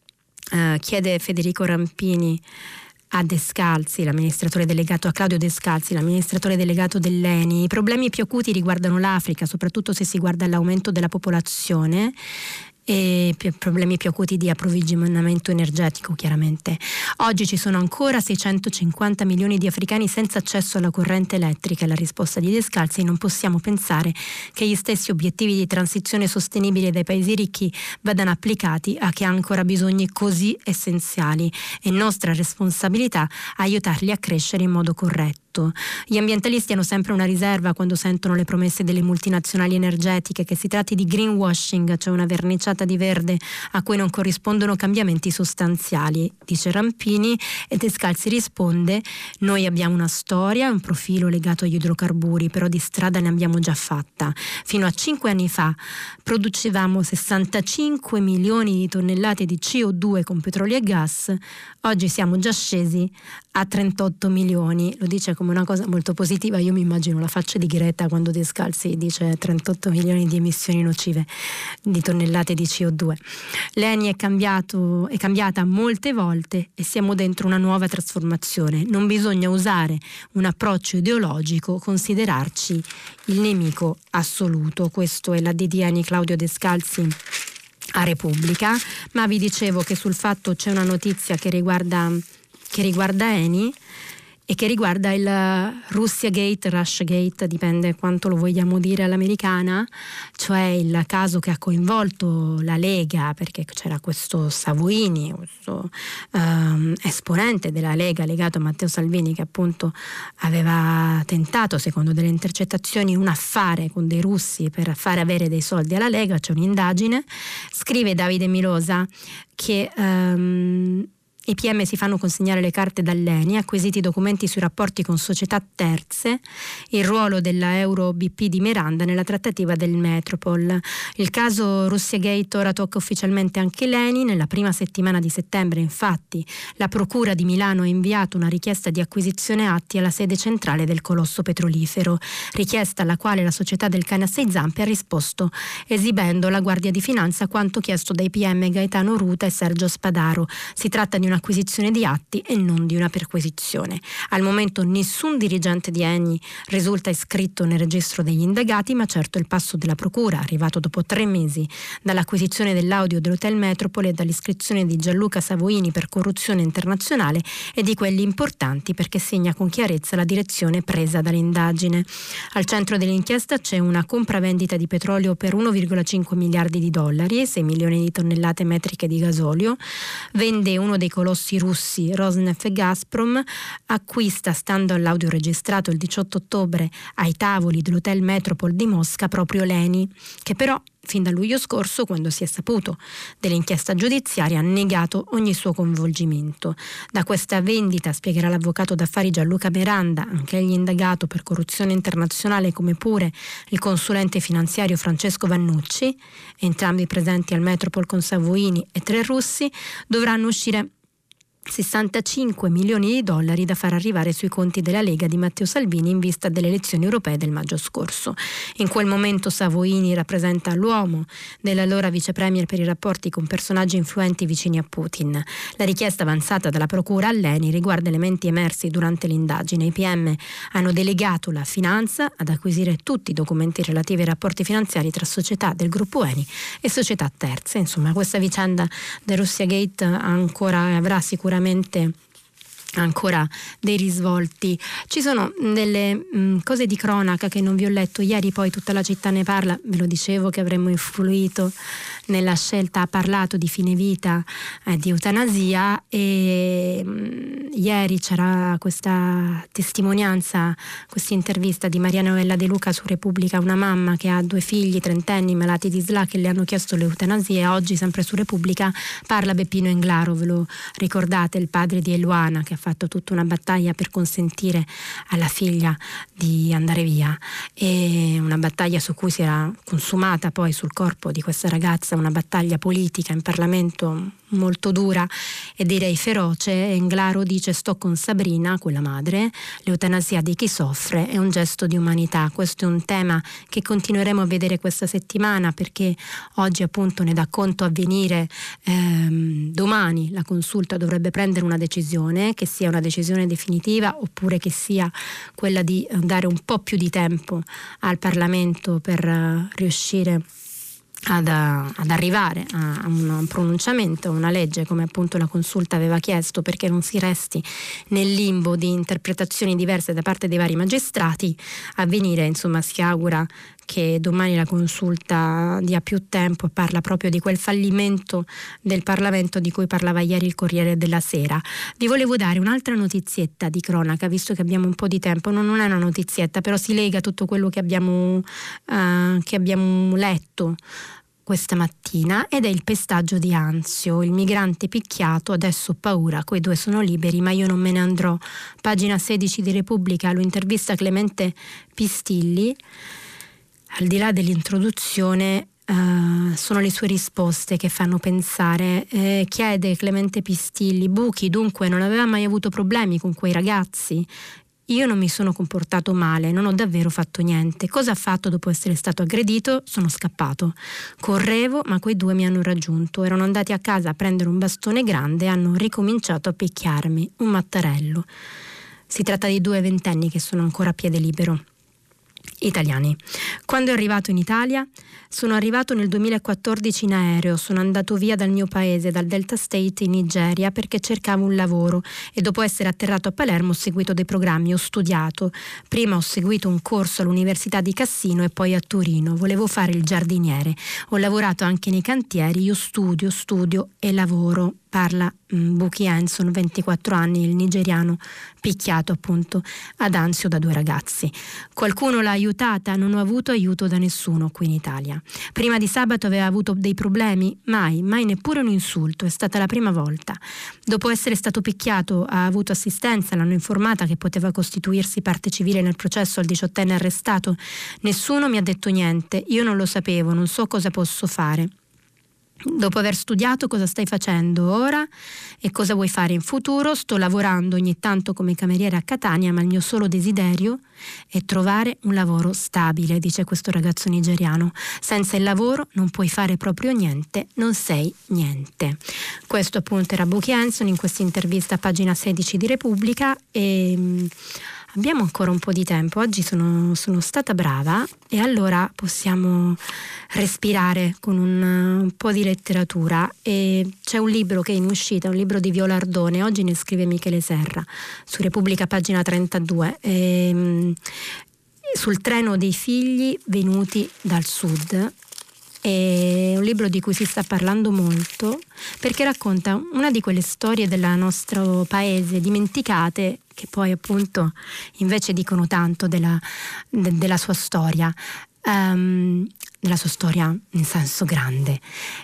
Federico Rampini a Descalzi, l'amministratore delegato, a Claudio Descalzi, l'amministratore delegato dell'ENI: i problemi più acuti riguardano l'Africa, soprattutto se si guarda all'aumento della popolazione e problemi più acuti di approvvigionamento energetico, chiaramente. Oggi ci sono ancora 650 milioni di africani senza accesso alla corrente elettrica. La risposta di Descalzi: non possiamo pensare che gli stessi obiettivi di transizione sostenibile dai paesi ricchi vadano applicati a chi ha ancora bisogni così essenziali. È nostra responsabilità aiutarli a crescere in modo corretto. Gli ambientalisti hanno sempre una riserva quando sentono le promesse delle multinazionali energetiche che si tratti di greenwashing, cioè una verniciata di verde a cui non corrispondono cambiamenti sostanziali, dice Rampini. E Descalzi risponde: noi abbiamo una storia, un profilo legato agli idrocarburi, però di strada ne abbiamo già fatta. Fino a 5 anni fa producevamo 65 milioni di tonnellate di CO2 con petrolio e gas, oggi siamo già scesi a 38 milioni. Lo dice come una cosa molto positiva. Io mi immagino la faccia di Greta quando Descalzi dice 38 milioni di emissioni nocive di tonnellate di CO2. L'ENI è cambiata molte volte e siamo dentro una nuova trasformazione. Non bisogna usare un approccio ideologico, considerarci il nemico assoluto. Questo è l'AD di ENI, Claudio Descalzi, a Repubblica. Ma vi dicevo che sul Fatto c'è una notizia che riguarda ENI e che riguarda il Russia Gate, Russia Gate, dipende quanto lo vogliamo dire all'americana, cioè il caso che ha coinvolto la Lega, perché c'era questo Savoini, questo esponente della Lega legato a Matteo Salvini, che appunto aveva tentato, secondo delle intercettazioni, un affare con dei russi per fare avere dei soldi alla Lega. C'è un'indagine. Scrive Davide Milosa che I PM si fanno consegnare le carte dall'ENI, acquisiti documenti sui rapporti con società terze, il ruolo della Euro BP di Miranda nella trattativa del Metropol. Il caso Russiagate ora tocca ufficialmente anche l'ENI. Nella prima settimana di settembre, infatti, la Procura di Milano ha inviato una richiesta di acquisizione atti alla sede centrale del colosso petrolifero, richiesta alla quale la società del cane a sei zampe ha risposto esibendo alla Guardia di Finanza quanto chiesto dai PM Gaetano Ruta e Sergio Spadaro. Si tratta di un'acquisizione di atti e non di una perquisizione. Al momento nessun dirigente di ENI risulta iscritto nel registro degli indagati, ma certo il passo della Procura, arrivato dopo 3 mesi dall'acquisizione dell'audio dell'Hotel Metropole e dall'iscrizione di Gianluca Savoini per corruzione internazionale, e di quelli importanti perché segna con chiarezza la direzione presa dall'indagine. Al centro dell'inchiesta c'è una compravendita di petrolio per 1,5 miliardi di dollari e 6 milioni di tonnellate metriche di gasolio. Vende uno dei colossi russi, Rosneft e Gazprom, acquista, stando all'audio registrato il 18 ottobre ai tavoli dell'Hotel Metropole di Mosca, proprio l'ENI, che però fin da luglio scorso, quando si è saputo dell'inchiesta giudiziaria, ha negato ogni suo coinvolgimento. Da questa vendita, spiegherà l'avvocato d'affari Gianluca Miranda, anche egli indagato per corruzione internazionale, come pure il consulente finanziario Francesco Vannucci, entrambi presenti al Metropol con Savoini e 3 russi, dovranno uscire 65 milioni di dollari da far arrivare sui conti della Lega di Matteo Salvini in vista delle elezioni europee del maggio scorso. In quel momento Savoini rappresenta l'uomo dell'allora vice premier per i rapporti con personaggi influenti vicini a Putin. La richiesta avanzata dalla procura all'ENI riguarda elementi emersi durante l'indagine. I PM hanno delegato la finanza ad acquisire tutti i documenti relativi ai rapporti finanziari tra società del gruppo ENI e società terze. Insomma, questa vicenda del Russiagate avrà sicuramente ancora dei risvolti. Ci sono delle cose di cronaca che non vi ho letto ieri, poi tutta la città ne parla, ve lo dicevo che avremmo influito nella scelta, ha parlato di fine vita, di eutanasia, e ieri c'era questa testimonianza, questa intervista di Maria Novella De Luca su Repubblica, una mamma che ha 2 figli trentenni malati di SLA che le hanno chiesto l'eutanasia, e oggi sempre su Repubblica parla Beppino Englaro, ve lo ricordate, il padre di Eluana, che ha fatto tutta una battaglia per consentire alla figlia di andare via, e una battaglia su cui si era consumata poi sul corpo di questa ragazza una battaglia politica in Parlamento molto dura e direi feroce. Englaro dice: sto con Sabrina, quella madre, l'eutanasia di chi soffre è un gesto di umanità. Questo è un tema che continueremo a vedere questa settimana, perché oggi appunto ne dà conto Avvenire, domani la consulta dovrebbe prendere una decisione, che sia una decisione definitiva oppure che sia quella di dare un po' più di tempo al Parlamento per riuscire ad arrivare a un pronunciamento, a una legge come appunto la consulta aveva chiesto, perché non si resti nel limbo di interpretazioni diverse da parte dei vari magistrati. Avvenire insomma si augura che domani la consulta dia più tempo, parla proprio di quel fallimento del Parlamento di cui parlava ieri il Corriere della Sera. Vi volevo dare un'altra notizietta di cronaca, visto che abbiamo un po' di tempo. Non è una notizietta, però si lega a tutto quello che abbiamo letto questa mattina, ed è il pestaggio di Anzio, il migrante picchiato, adesso paura, quei 2 sono liberi ma io non me ne andrò. Pagina 16 di Repubblica, lo intervista Clemente Pistilli. Al di là dell'introduzione, sono le sue risposte che fanno pensare. Chiede Clemente Pistilli: Buchi dunque non aveva mai avuto problemi con quei ragazzi? Io non mi sono comportato male, non ho davvero fatto niente. Cosa ha fatto dopo essere stato aggredito? Sono scappato. Correvo, ma quei 2 mi hanno raggiunto. Erano andati a casa a prendere un bastone grande e hanno ricominciato a picchiarmi. Un mattarello. Si tratta di 2 ventenni che sono ancora a piede libero. Italiani. Quando è arrivato in Italia? Sono arrivato nel 2014 in aereo, sono andato via dal mio paese, dal Delta State in Nigeria, perché cercavo un lavoro, e dopo essere atterrato a Palermo ho seguito dei programmi, ho studiato. Prima ho seguito un corso all'Università di Cassino e poi a Torino. Volevo fare il giardiniere. Ho lavorato anche nei cantieri, io studio e lavoro. parla Buki Henson, 24 anni, il nigeriano picchiato appunto ad Anzio da 2 ragazzi. Qualcuno l'ha aiutata? Non ho avuto aiuto da nessuno qui in Italia. Prima di sabato aveva avuto dei problemi? Mai neppure un insulto, è stata la prima volta. Dopo essere stato picchiato ha avuto assistenza, l'hanno informata che poteva costituirsi parte civile nel processo al 18enne arrestato. Nessuno mi ha detto niente, io non lo sapevo, non so cosa posso fare. Dopo aver studiato, cosa stai facendo ora e cosa vuoi fare in futuro? Sto lavorando ogni tanto come cameriere a Catania, ma il mio solo desiderio è trovare un lavoro stabile, dice questo ragazzo nigeriano. Senza il lavoro non puoi fare proprio niente, non sei niente. Questo appunto era Buki Henson in questa intervista a pagina 16 di Repubblica. E abbiamo ancora un po' di tempo, oggi sono stata brava e allora possiamo respirare con un po' di letteratura. E c'è un libro che è in uscita, un libro di Viola Ardone, oggi ne scrive Michele Serra, su Repubblica pagina 32, sul treno dei figli venuti dal sud. È un libro di cui si sta parlando molto perché racconta una di quelle storie del nostro paese dimenticate, che poi appunto invece dicono tanto della sua storia, della sua storia in senso grande.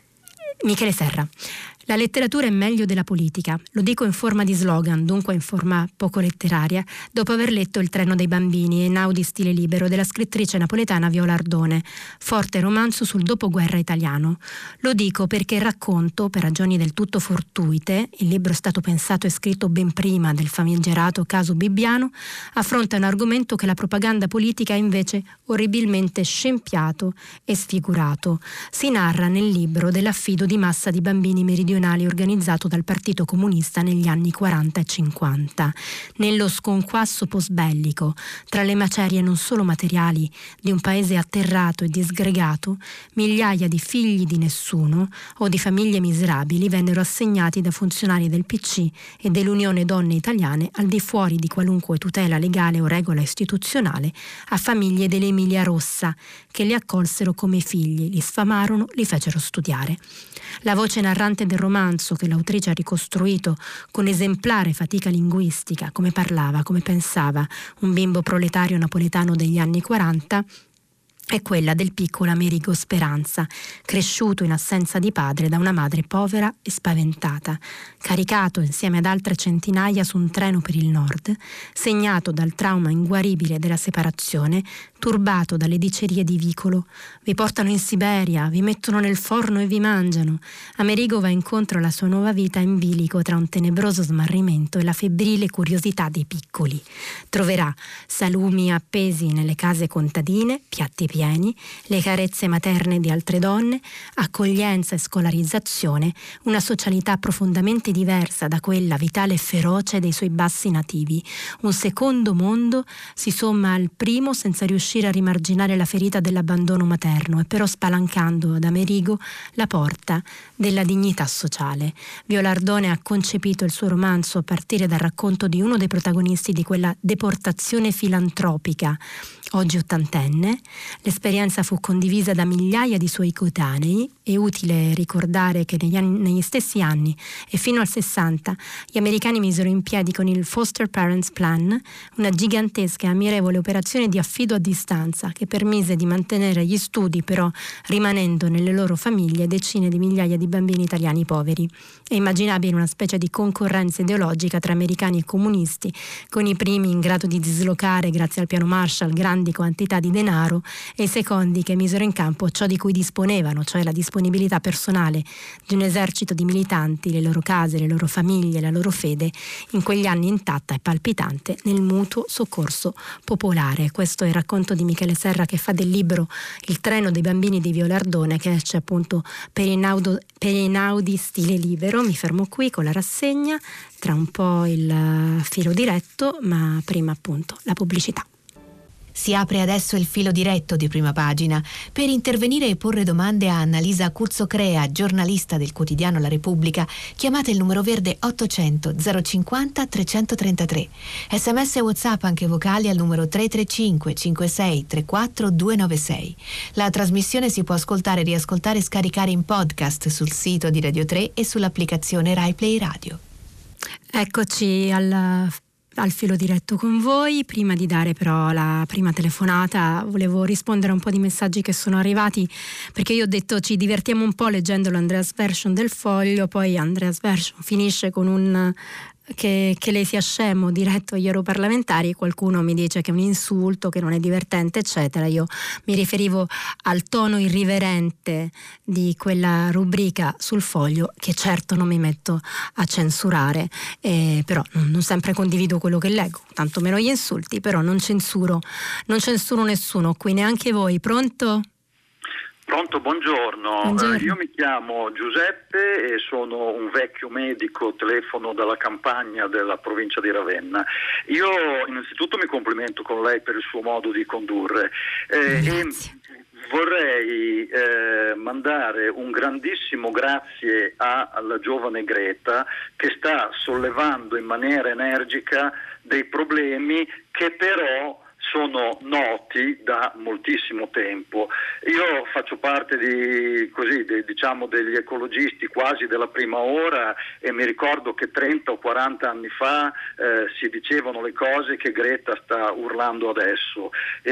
Michele Serra. La letteratura è meglio della politica, lo dico in forma di slogan, dunque in forma poco letteraria, dopo aver letto Il treno dei bambini, Einaudi stile libero, della scrittrice napoletana Viola Ardone, forte romanzo sul dopoguerra italiano. Lo dico perché il racconto, per ragioni del tutto fortuite, il libro è stato pensato e scritto ben prima del famigerato caso Bibbiano, affronta un argomento che la propaganda politica ha invece orribilmente scempiato e sfigurato. Si narra nel libro dell'affido di massa di bambini meridionali organizzato dal Partito Comunista negli anni 40 e 50. Nello sconquasso post-bellico, tra le macerie non solo materiali di un paese atterrato e disgregato, migliaia di figli di nessuno o di famiglie miserabili vennero assegnati da funzionari del PC e dell'Unione Donne Italiane al di fuori di qualunque tutela legale o regola istituzionale a famiglie dell'Emilia Rossa che li accolsero come figli, li sfamarono, li fecero studiare. La voce narrante del romanzo, che l'autrice ha ricostruito con esemplare fatica linguistica, come parlava, come pensava un bimbo proletario napoletano degli anni 40, è quella del piccolo Amerigo Speranza, cresciuto in assenza di padre da una madre povera e spaventata, caricato insieme ad altre centinaia su un treno per il nord, segnato dal trauma inguaribile della separazione, turbato dalle dicerie di vicolo. Vi portano in Siberia, vi mettono nel forno e vi mangiano. Amerigo va incontro alla sua nuova vita in bilico tra un tenebroso smarrimento e la febbrile curiosità dei piccoli. Troverà salumi appesi nelle case contadine, piatti pieni, le carezze materne di altre donne, accoglienza e scolarizzazione, una socialità profondamente diversa da quella vitale e feroce dei suoi bassi nativi. Un secondo mondo si somma al primo senza riuscire a rimarginare la ferita dell'abbandono materno e però spalancando ad Amerigo la porta della dignità sociale. Viola Ardone ha concepito il suo romanzo a partire dal racconto di uno dei protagonisti di quella deportazione filantropica, oggi ottantenne. L'esperienza fu condivisa da migliaia di suoi coetanei. È utile ricordare che negli stessi anni e fino al 60 gli americani misero in piedi con il Foster Parents Plan una gigantesca e ammirevole operazione di affido a distanza che permise di mantenere gli studi, però rimanendo nelle loro famiglie decine di migliaia di bambini italiani poveri. È immaginabile una specie di concorrenza ideologica tra americani e comunisti, con i primi in grado di dislocare, grazie al piano Marshall, grandi quantità di denaro e i secondi che misero in campo ciò di cui disponevano, cioè la disponibilità personale di un esercito di militanti, le loro case, le loro famiglie, la loro fede, in quegli anni intatta e palpitante nel mutuo soccorso popolare. Questo è il racconto di Michele Serra, che fa del libro Il treno dei bambini di Viola Ardone, che esce appunto per Einaudi stile libero. Mi fermo qui con la rassegna, tra un po' il filo diretto, ma prima appunto la pubblicità. Si apre adesso il filo diretto di Prima Pagina. Per intervenire e porre domande a Annalisa Cuzzocrea, giornalista del quotidiano La Repubblica, chiamate il numero verde 800 050 333. SMS e WhatsApp anche vocali al numero 335 56 34 296. La trasmissione si può ascoltare, riascoltare e scaricare in podcast sul sito di Radio 3 e sull'applicazione Rai Play Radio. Eccoci al filo diretto con voi. Prima di dare però la prima telefonata volevo rispondere a un po' di messaggi che sono arrivati, perché io ho detto ci divertiamo un po' leggendo l'Andreas Version del Foglio, poi Andreas Version finisce con un che lei sia scemo diretto agli europarlamentari, qualcuno mi dice che è un insulto, che non è divertente eccetera. Io mi riferivo al tono irriverente di quella rubrica sul Foglio, che certo non mi metto a censurare, però non sempre condivido quello che leggo, tanto meno gli insulti, però non censuro nessuno qui, neanche voi. Pronto? Pronto, buongiorno. Io mi chiamo Giuseppe e sono un vecchio medico, telefono dalla campagna della provincia di Ravenna. Io innanzitutto mi complimento con lei per il suo modo di condurre e vorrei mandare un grandissimo grazie alla giovane Greta, che sta sollevando in maniera energica dei problemi che però sono noti da moltissimo tempo. Io faccio parte degli ecologisti quasi della prima ora, e mi ricordo che 30 o 40 anni fa si dicevano le cose che Greta sta urlando adesso.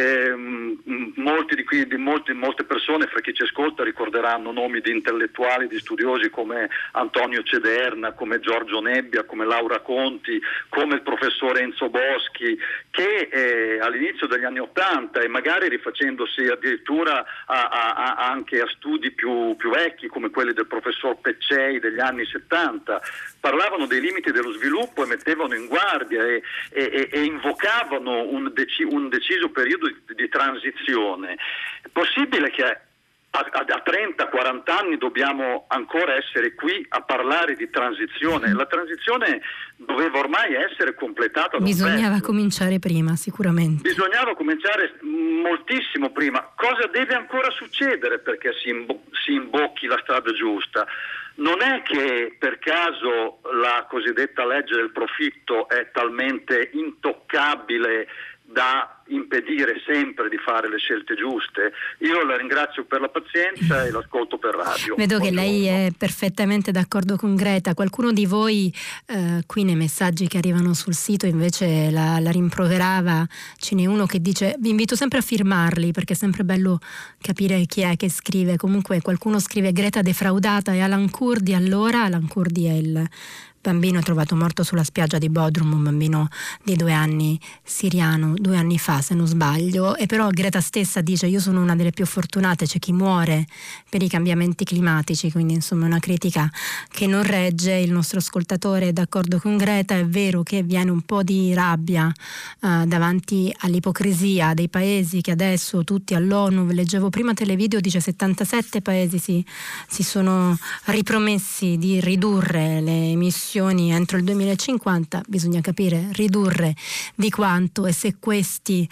Molte persone, fra chi ci ascolta, ricorderanno nomi di intellettuali, di studiosi come Antonio Cederna, come Giorgio Nebbia, come Laura Conti, come il professore Enzo Boschi, che all'inizio degli anni '80, e magari rifacendosi addirittura anche a studi più vecchi come quelli del professor Peccei degli anni '70, parlavano dei limiti dello sviluppo e mettevano in guardia e invocavano un deciso periodo di transizione. È possibile che a 30-40 anni dobbiamo ancora essere qui a parlare di transizione? La transizione doveva ormai essere completata. Bisognava cominciare prima, sicuramente. Bisognava cominciare moltissimo prima. Cosa deve ancora succedere perché si imbocchi la strada giusta? Non è che per caso la cosiddetta legge del profitto è talmente intoccabile da impedire sempre di fare le scelte giuste. Io la ringrazio per la pazienza e l'ascolto per radio. Vedo che lei è perfettamente d'accordo con Greta. Qualcuno di voi qui nei messaggi che arrivano sul sito invece la rimproverava. Ce n'è uno che dice: vi invito sempre a firmarli perché è sempre bello capire chi è che scrive. Comunque qualcuno scrive: Greta defraudata e Alan Kurdi. Allora Alan Kurdi è il bambino trovato morto sulla spiaggia di Bodrum, un bambino di 2 anni siriano, 2 anni fa se non sbaglio. E però Greta stessa dice: io sono una delle più fortunate, c'è chi muore per i cambiamenti climatici, quindi insomma una critica che non regge. Il nostro ascoltatore è d'accordo con Greta. È vero che viene un po' di rabbia davanti all'ipocrisia dei paesi che adesso tutti all'ONU, leggevo prima televideo, dice 77 paesi si sono ripromessi di ridurre le emissioni entro il 2050. Bisogna capire ridurre di quanto e se questi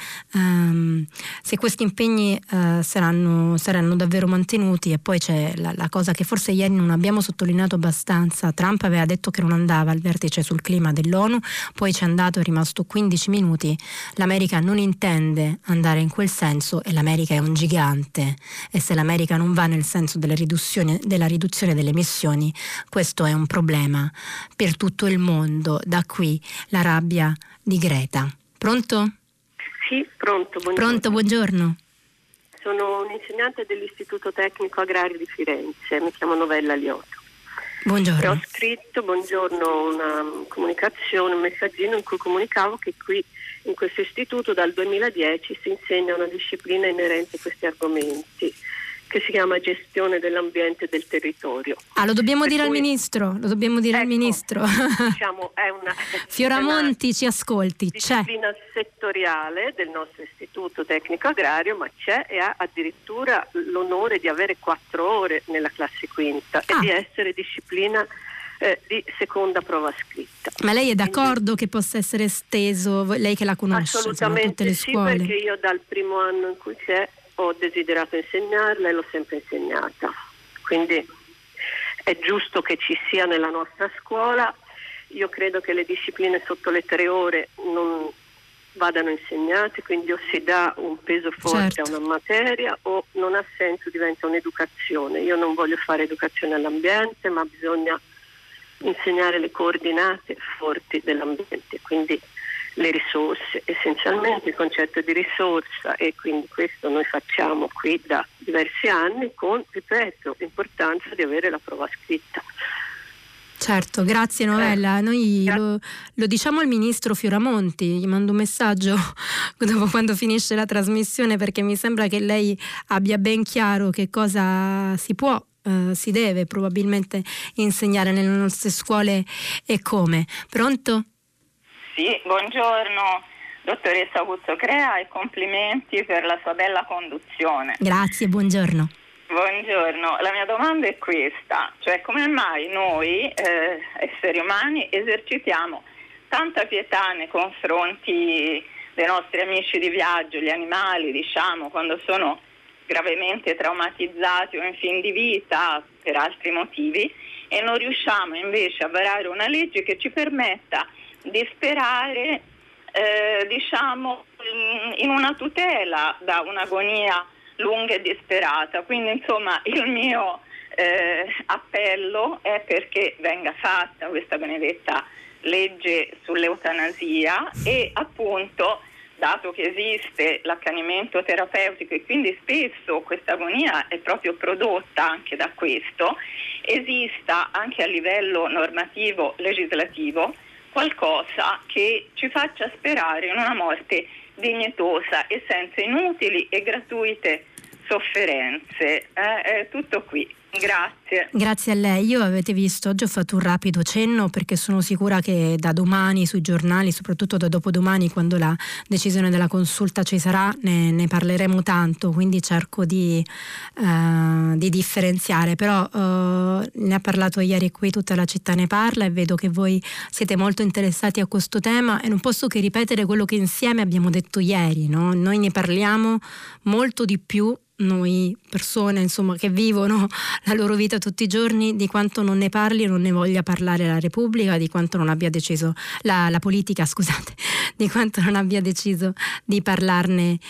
impegni saranno davvero mantenuti. E poi c'è la cosa che forse ieri non abbiamo sottolineato abbastanza: Trump aveva detto che non andava al vertice sul clima dell'ONU, poi c'è andato, è rimasto 15 minuti. L'America non intende andare in quel senso e l'America è un gigante, e se l'America non va nel senso della riduzione delle emissioni, questo è un problema per tutto il mondo. Da qui la rabbia di Greta. Pronto? Sì, pronto. Buongiorno. Pronto, buongiorno. Sono un'insegnante dell'Istituto Tecnico Agrario di Firenze, mi chiamo Novella Liotto. Buongiorno. E ho scritto, buongiorno, una comunicazione, un messaggino in cui comunicavo che qui in questo istituto dal 2010 si insegna una disciplina inerente a questi argomenti, che si chiama gestione dell'ambiente e del territorio. Lo dobbiamo dire al ministro, al ministro. Diciamo, è una Fioramonti, ci ascolti, disciplina settoriale del nostro istituto tecnico agrario, ma c'è e ha addirittura l'onore di avere 4 ore nella classe quinta e di essere disciplina di seconda prova scritta. Ma lei è d'accordo che possa essere esteso, lei che la conosce, assolutamente tutte le scuole? Sì, perché io dal primo anno in cui c'è ho desiderato insegnarla e l'ho sempre insegnata, quindi è giusto che ci sia nella nostra scuola. Io credo che le discipline sotto le 3 ore non vadano insegnate, quindi o si dà un peso forte a una materia o non ha senso, diventa un'educazione. Io non voglio fare educazione all'ambiente, ma bisogna insegnare le coordinate forti dell'ambiente, quindi le risorse, essenzialmente il concetto di risorsa, e quindi questo noi facciamo qui da diversi anni con, ripeto, l'importanza di avere la prova scritta. Certo, grazie Novella. Noi lo diciamo al ministro Fioramonti, gli mando un messaggio dopo quando finisce la trasmissione, perché mi sembra che lei abbia ben chiaro che cosa si può, si deve probabilmente insegnare nelle nostre scuole e come. Pronto? Sì, buongiorno dottoressa Cuzzocrea e complimenti per la sua bella conduzione. Grazie, buongiorno. Buongiorno, la mia domanda è questa, cioè come mai noi esseri umani esercitiamo tanta pietà nei confronti dei nostri amici di viaggio, gli animali, diciamo, quando sono gravemente traumatizzati o in fin di vita per altri motivi, e non riusciamo invece a varare una legge che ci permetta di sperare diciamo in una tutela da un'agonia lunga e disperata. Quindi insomma il mio appello è perché venga fatta questa benedetta legge sull'eutanasia e appunto, dato che esiste l'accanimento terapeutico e quindi spesso questa agonia è proprio prodotta anche da questo, esista anche a livello normativo legislativo qualcosa che ci faccia sperare in una morte dignitosa e senza inutili e gratuite sofferenze. È tutto qui. Grazie. Grazie a lei. Io, avete visto, oggi ho fatto un rapido cenno perché sono sicura che da domani sui giornali, soprattutto da dopodomani, quando la decisione della consulta ci sarà, ne parleremo tanto, quindi cerco di differenziare, però ne ha parlato ieri qui, tutta la città ne parla, e vedo che voi siete molto interessati a questo tema e non posso che ripetere quello che insieme abbiamo detto ieri, no? Noi ne parliamo molto di più, noi persone insomma che vivono la loro vita tutti i giorni, di quanto non ne parli e non ne voglia parlare la Repubblica, di quanto non abbia deciso la politica, scusate, di quanto non abbia deciso di parlarne,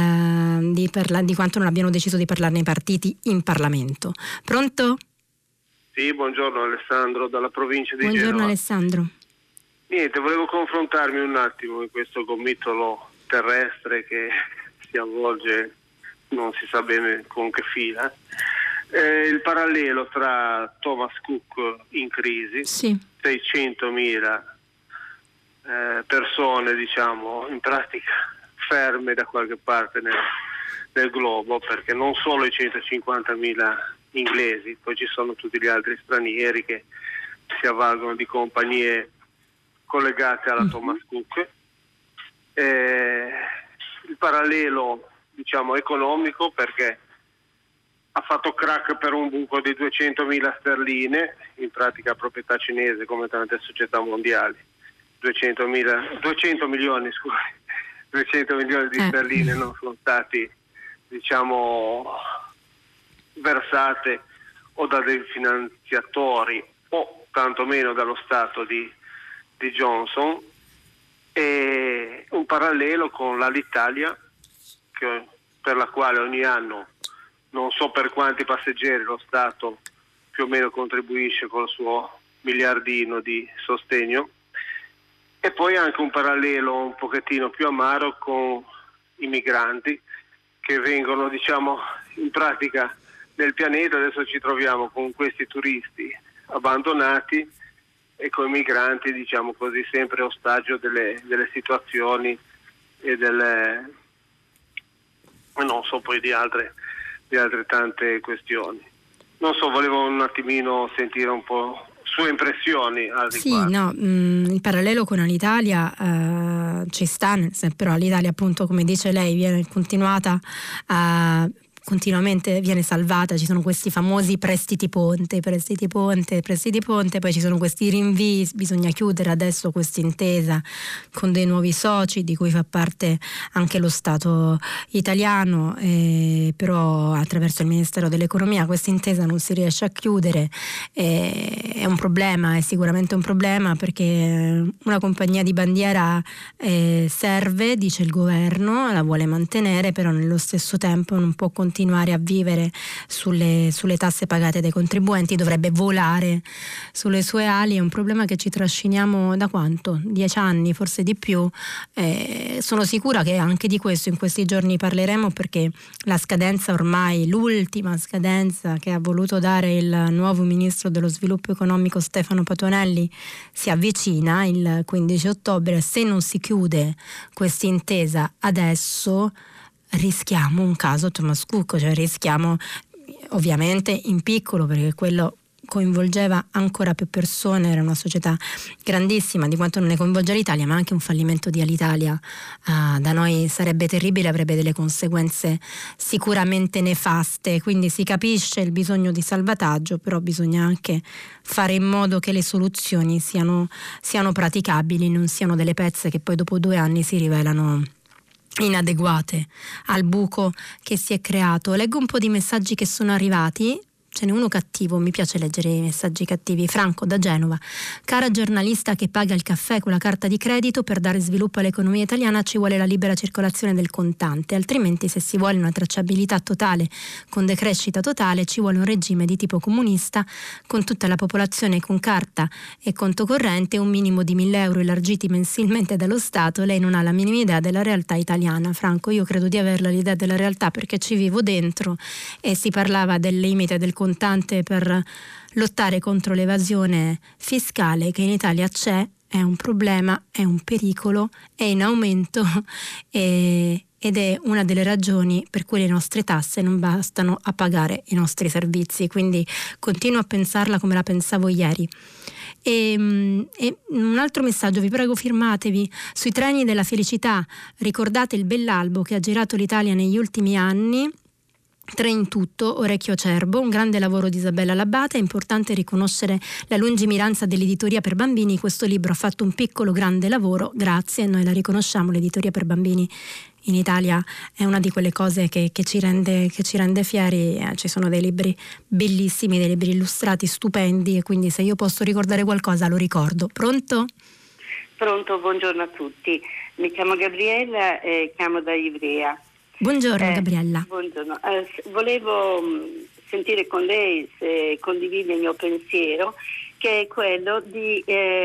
di quanto non abbiano deciso di parlarne i partiti in Parlamento. Pronto? Sì, buongiorno Alessandro, dalla provincia di Buongiorno Genova. Alessandro. Niente, volevo confrontarmi un attimo in questo gomitolo terrestre che si avvolge non si sa bene con che fila, il parallelo tra Thomas Cook in crisi, sì. 600.000 persone, diciamo, in pratica ferme da qualche parte nel globo, perché non solo i 150.000 inglesi, poi ci sono tutti gli altri stranieri che si avvalgono di compagnie collegate alla Thomas Cook. Il parallelo, diciamo, economico, perché ha fatto crack per un buco di 200.000 sterline, in pratica proprietà cinese come tante società mondiali. 200 milioni di sterline non sono stati, diciamo, versate o da dei finanziatori o tantomeno dallo Stato di Johnson. E un parallelo con l'Alitalia, per la quale ogni anno non so per quanti passeggeri lo Stato più o meno contribuisce col suo miliardino di sostegno. E poi anche un parallelo un pochettino più amaro con i migranti che vengono, diciamo, in pratica nel pianeta. Adesso ci troviamo con questi turisti abbandonati e con i migranti, diciamo così, sempre ostaggio delle situazioni e non so poi di altre tante questioni. Non so, volevo un attimino sentire un po' sue impressioni al riguardo. Sì, no, il parallelo con l'Italia ci sta, però l'Italia, appunto, come dice lei, viene continuata continuamente viene salvata, ci sono questi famosi prestiti ponte, poi ci sono questi rinvii, bisogna chiudere adesso questa intesa con dei nuovi soci di cui fa parte anche lo Stato italiano, però attraverso il Ministero dell'Economia questa intesa non si riesce a chiudere, è un problema, è sicuramente un problema, perché una compagnia di bandiera serve, dice il governo, la vuole mantenere, però nello stesso tempo non può continuare a vivere sulle tasse pagate dai contribuenti, dovrebbe volare sulle sue ali. È un problema che ci trasciniamo da quanto? 10 anni, forse di più. Sono sicura che anche di questo in questi giorni parleremo, perché la scadenza ormai, l'ultima scadenza che ha voluto dare il nuovo ministro dello sviluppo economico Stefano Patuanelli si avvicina, il 15 ottobre. Se non si chiude questa intesa adesso rischiamo un caso Thomas Cook, cioè rischiamo, ovviamente in piccolo, perché quello coinvolgeva ancora più persone, era una società grandissima di quanto non ne coinvolge l'Italia, ma anche un fallimento di Alitalia da noi sarebbe terribile, avrebbe delle conseguenze sicuramente nefaste, quindi si capisce il bisogno di salvataggio, però bisogna anche fare in modo che le soluzioni siano praticabili, non siano delle pezze che poi dopo 2 anni si rivelano inadeguate al buco che si è creato. Leggo un po' di messaggi che sono arrivati. Ce n'è uno cattivo, mi piace leggere i messaggi cattivi. Franco da Genova: cara giornalista che paga il caffè con la carta di credito, per dare sviluppo all'economia italiana ci vuole la libera circolazione del contante, altrimenti se si vuole una tracciabilità totale con decrescita totale ci vuole un regime di tipo comunista, con tutta la popolazione con carta e conto corrente, un minimo di 1.000 euro elargiti mensilmente dallo Stato. Lei non ha la minima idea della realtà italiana. Franco, io credo di averla l'idea della realtà, perché ci vivo dentro, e si parlava del limite del contante per lottare contro l'evasione fiscale, che in Italia c'è, è un problema, è un pericolo, è in aumento ed è una delle ragioni per cui le nostre tasse non bastano a pagare i nostri servizi, quindi continuo a pensarla come la pensavo ieri. E un altro messaggio, vi prego firmatevi: sui treni della felicità ricordate il bell'albo che ha girato l'Italia negli ultimi anni. 3 in tutto, orecchio acerbo, un grande lavoro di Isabella Labate. È importante riconoscere la lungimiranza dell'editoria per bambini. Questo libro ha fatto un piccolo grande lavoro, grazie, noi la riconosciamo. L'editoria per bambini in Italia è una di quelle cose che ci rende fieri. Ci sono dei libri bellissimi, dei libri illustrati stupendi, e quindi se io posso ricordare qualcosa lo ricordo. Pronto? Pronto, buongiorno a tutti. Mi chiamo Gabriella e chiamo da Ivrea. Buongiorno Gabriella. Buongiorno. Volevo sentire con lei se condivide il mio pensiero, che è quello di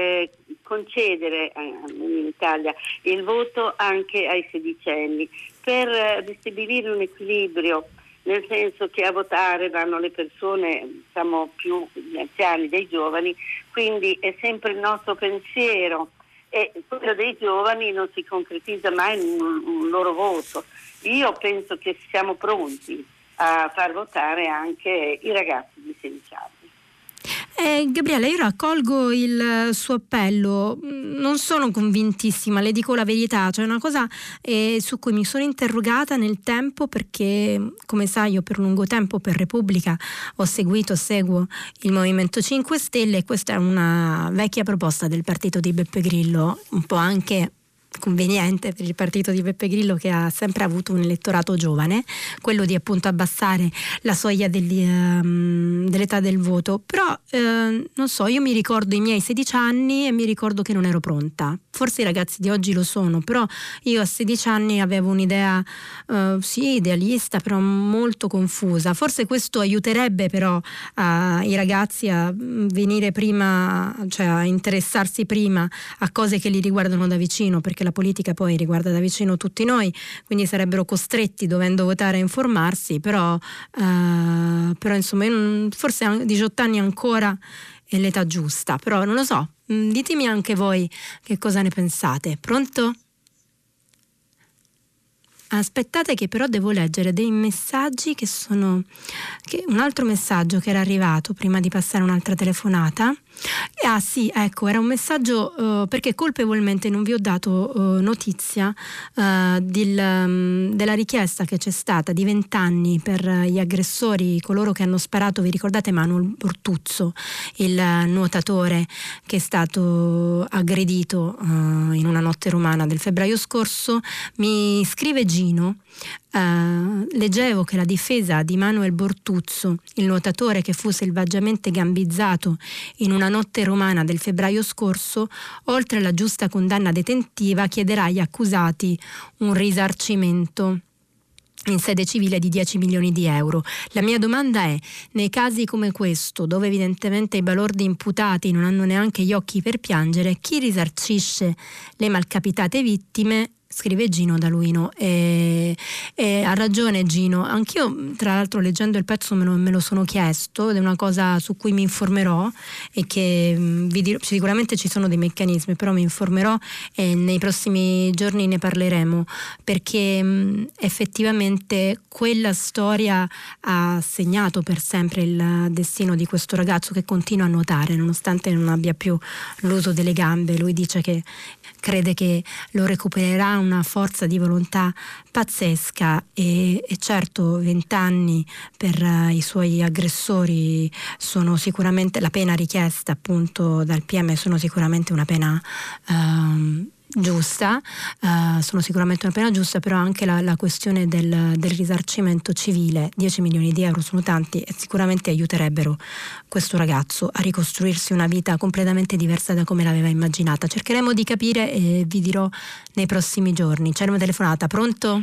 concedere in Italia il voto anche ai sedicenni, per ristabilire un equilibrio, nel senso che a votare vanno le persone, diciamo, più anziane dei giovani, quindi è sempre il nostro pensiero, e quello dei giovani non si concretizza mai in un loro voto. Io penso che siamo pronti a far votare anche i ragazzi di 16 anni. Gabriella, io raccolgo il suo appello, non sono convintissima, le dico la verità, cioè una cosa su cui mi sono interrogata nel tempo, perché come sai io per lungo tempo per Repubblica seguo il Movimento 5 Stelle, e questa è una vecchia proposta del partito di Beppe Grillo, un po' anche conveniente per il partito di Beppe Grillo, che ha sempre avuto un elettorato giovane, quello di appunto abbassare la soglia dell'età del voto. Però non so, io mi ricordo i miei 16 anni e mi ricordo che non ero pronta. Forse i ragazzi di oggi lo sono, però io a 16 anni avevo un'idea sì idealista, però molto confusa. Forse questo aiuterebbe però i ragazzi a venire prima, cioè a interessarsi prima a cose che li riguardano da vicino, perché la politica poi riguarda da vicino tutti noi, quindi sarebbero costretti, dovendo votare, a informarsi, però insomma forse a 18 anni ancora è l'età giusta, però non lo so, ditemi anche voi che cosa ne pensate. Pronto? Aspettate che però devo leggere dei messaggi un altro messaggio che era arrivato prima di passare un'altra telefonata. Ah sì, ecco, era un messaggio perché colpevolmente non vi ho dato notizia della richiesta che c'è stata di 20 anni per gli aggressori, coloro che hanno sparato. Vi ricordate Manuel Bortuzzo, il nuotatore che è stato aggredito in una notte romana del febbraio scorso? Mi scrive Gino: leggevo che la difesa di Manuel Bortuzzo, il nuotatore che fu selvaggiamente gambizzato in una notte romana del febbraio scorso, oltre alla giusta condanna detentiva, chiederà agli accusati un risarcimento in sede civile di 10 milioni di euro. La mia domanda è: nei casi come questo, dove evidentemente i balordi imputati non hanno neanche gli occhi per piangere, chi risarcisce le malcapitate vittime? Scrive Gino da Luino. E ha ragione Gino, anch'io tra l'altro leggendo il pezzo me lo sono chiesto, ed è una cosa su cui mi informerò e che vi dirò. Sicuramente ci sono dei meccanismi, però mi informerò e nei prossimi giorni ne parleremo, perché effettivamente quella storia ha segnato per sempre il destino di questo ragazzo, che continua a nuotare nonostante non abbia più l'uso delle gambe. Lui dice che crede che lo recupererà una forza di volontà pazzesca, e certo 20 anni per i suoi aggressori sono sicuramente, la pena richiesta appunto dal PM sono sicuramente una pena giusta, sono sicuramente una pena giusta, però anche la questione del risarcimento civile, 10 milioni di euro sono tanti e sicuramente aiuterebbero questo ragazzo a ricostruirsi una vita completamente diversa da come l'aveva immaginata. Cercheremo di capire e vi dirò nei prossimi giorni. C'è una telefonata, pronto?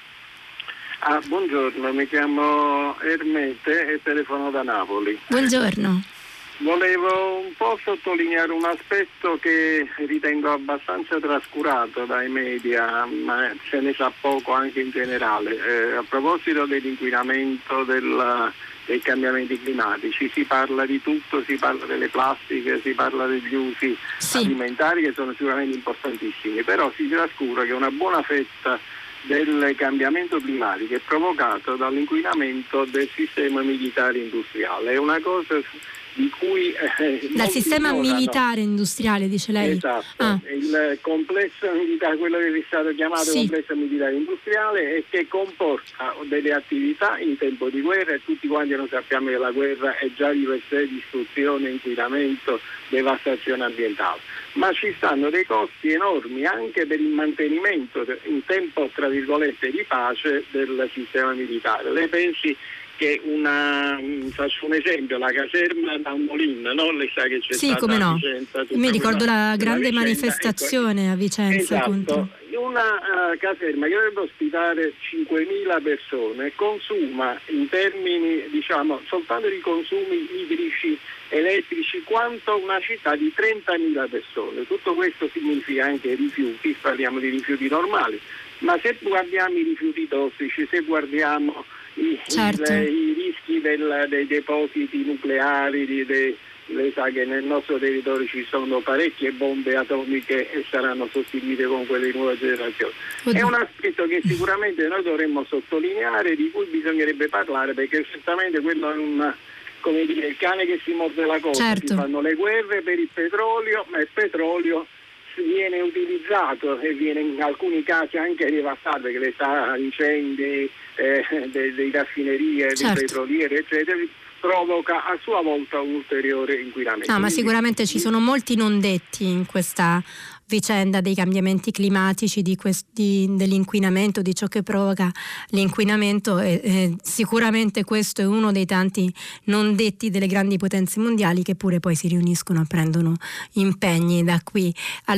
Buongiorno, mi chiamo Ermete e telefono da Napoli. Buongiorno. Volevo un po' sottolineare un aspetto che ritengo abbastanza trascurato dai media, ma se ne sa poco anche in generale. A proposito dell'inquinamento, dei cambiamenti climatici, si parla di tutto, si parla delle plastiche, si parla degli usi alimentari, che sono sicuramente importantissimi, però si trascura che una buona fetta del cambiamento climatico è provocato dall'inquinamento del sistema militare industriale. È una cosa di cui dal sistema militare industriale, dice lei? Esatto, il complesso militare, quello che è stato chiamato complesso militare industriale, e che comporta delle attività in tempo di guerra, e tutti quanti noi sappiamo che la guerra è già di per sé distruzione, inquinamento, devastazione ambientale, ma ci stanno dei costi enormi anche per il mantenimento in tempo tra virgolette di pace del sistema militare. Lei pensi che faccio un esempio, la caserma da Molin, no? Lei sa che c'è stata come no. a Vicenza. Mi ricordo la grande manifestazione a Vicenza. Esatto. Contro. Una caserma che dovrebbe ospitare 5.000 persone consuma in termini, soltanto di consumi idrici, elettrici, quanto una città di 30.000 persone. Tutto questo significa anche rifiuti, parliamo di rifiuti normali, ma se guardiamo i rifiuti tossici, se guardiamo i rischi dei depositi nucleari, lei sa che nel nostro territorio ci sono parecchie bombe atomiche e saranno sostituite con quelle di nuova generazione. È un aspetto che sicuramente noi dovremmo sottolineare, di cui bisognerebbe parlare, perché certamente quello è il cane che si morde la coda. Si fanno le guerre per il petrolio, ma il petrolio viene utilizzato e viene in alcuni casi anche devastato, perché le sa, incendi dei raffinerie, dei petrolieri, eccetera, provoca a sua volta un ulteriore inquinamento. Ma sicuramente ci sono molti non detti in questa vicenda dei cambiamenti climatici, dell'inquinamento, di ciò che provoca l'inquinamento, e sicuramente questo è uno dei tanti non detti delle grandi potenze mondiali, che pure poi si riuniscono e prendono impegni da qui al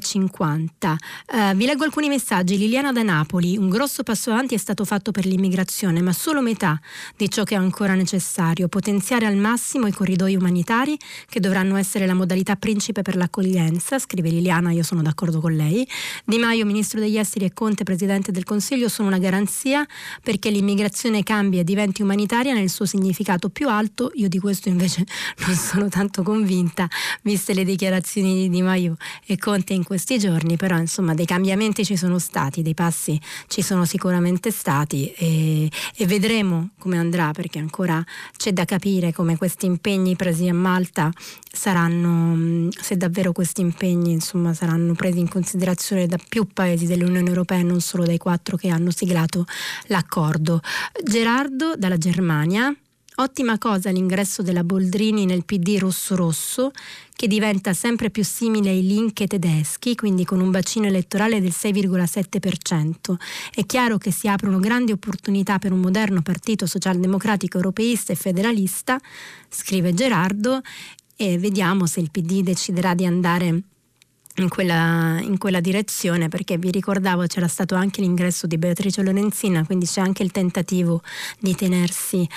2050. Vi leggo alcuni messaggi. Liliana da Napoli: un grosso passo avanti è stato fatto per l'immigrazione, ma solo metà di ciò che è ancora necessario. Potenziare al massimo i corridoi umanitari, che dovranno essere la modalità principe per l'accoglienza. Scrive Liliana: io sono d'accordo con lei. Di Maio, ministro degli esteri, e Conte, presidente del Consiglio, sono una garanzia perché l'immigrazione cambi e diventi umanitaria nel suo significato più alto. Io di questo invece non sono tanto convinta, viste le dichiarazioni di Di Maio e Conte in questi giorni, però insomma dei cambiamenti ci sono stati, dei passi ci sono sicuramente stati e vedremo come andrà, perché ancora c'è da capire come questi impegni presi a Malta saranno, se davvero questi impegni insomma saranno presi in considerazione da più paesi dell'Unione Europea, non solo dai 4 che hanno siglato l'accordo. Gerardo dalla Germania: ottima cosa l'ingresso della Boldrini nel PD rosso-rosso, che diventa sempre più simile ai Linke tedeschi, quindi con un bacino elettorale del 6,7%. È chiaro che si aprono grandi opportunità per un moderno partito socialdemocratico europeista e federalista, scrive Gerardo, e vediamo se il PD deciderà di andare in quella direzione, perché vi ricordavo c'era stato anche l'ingresso di Beatrice Lorenzin, quindi c'è anche il tentativo di tenersi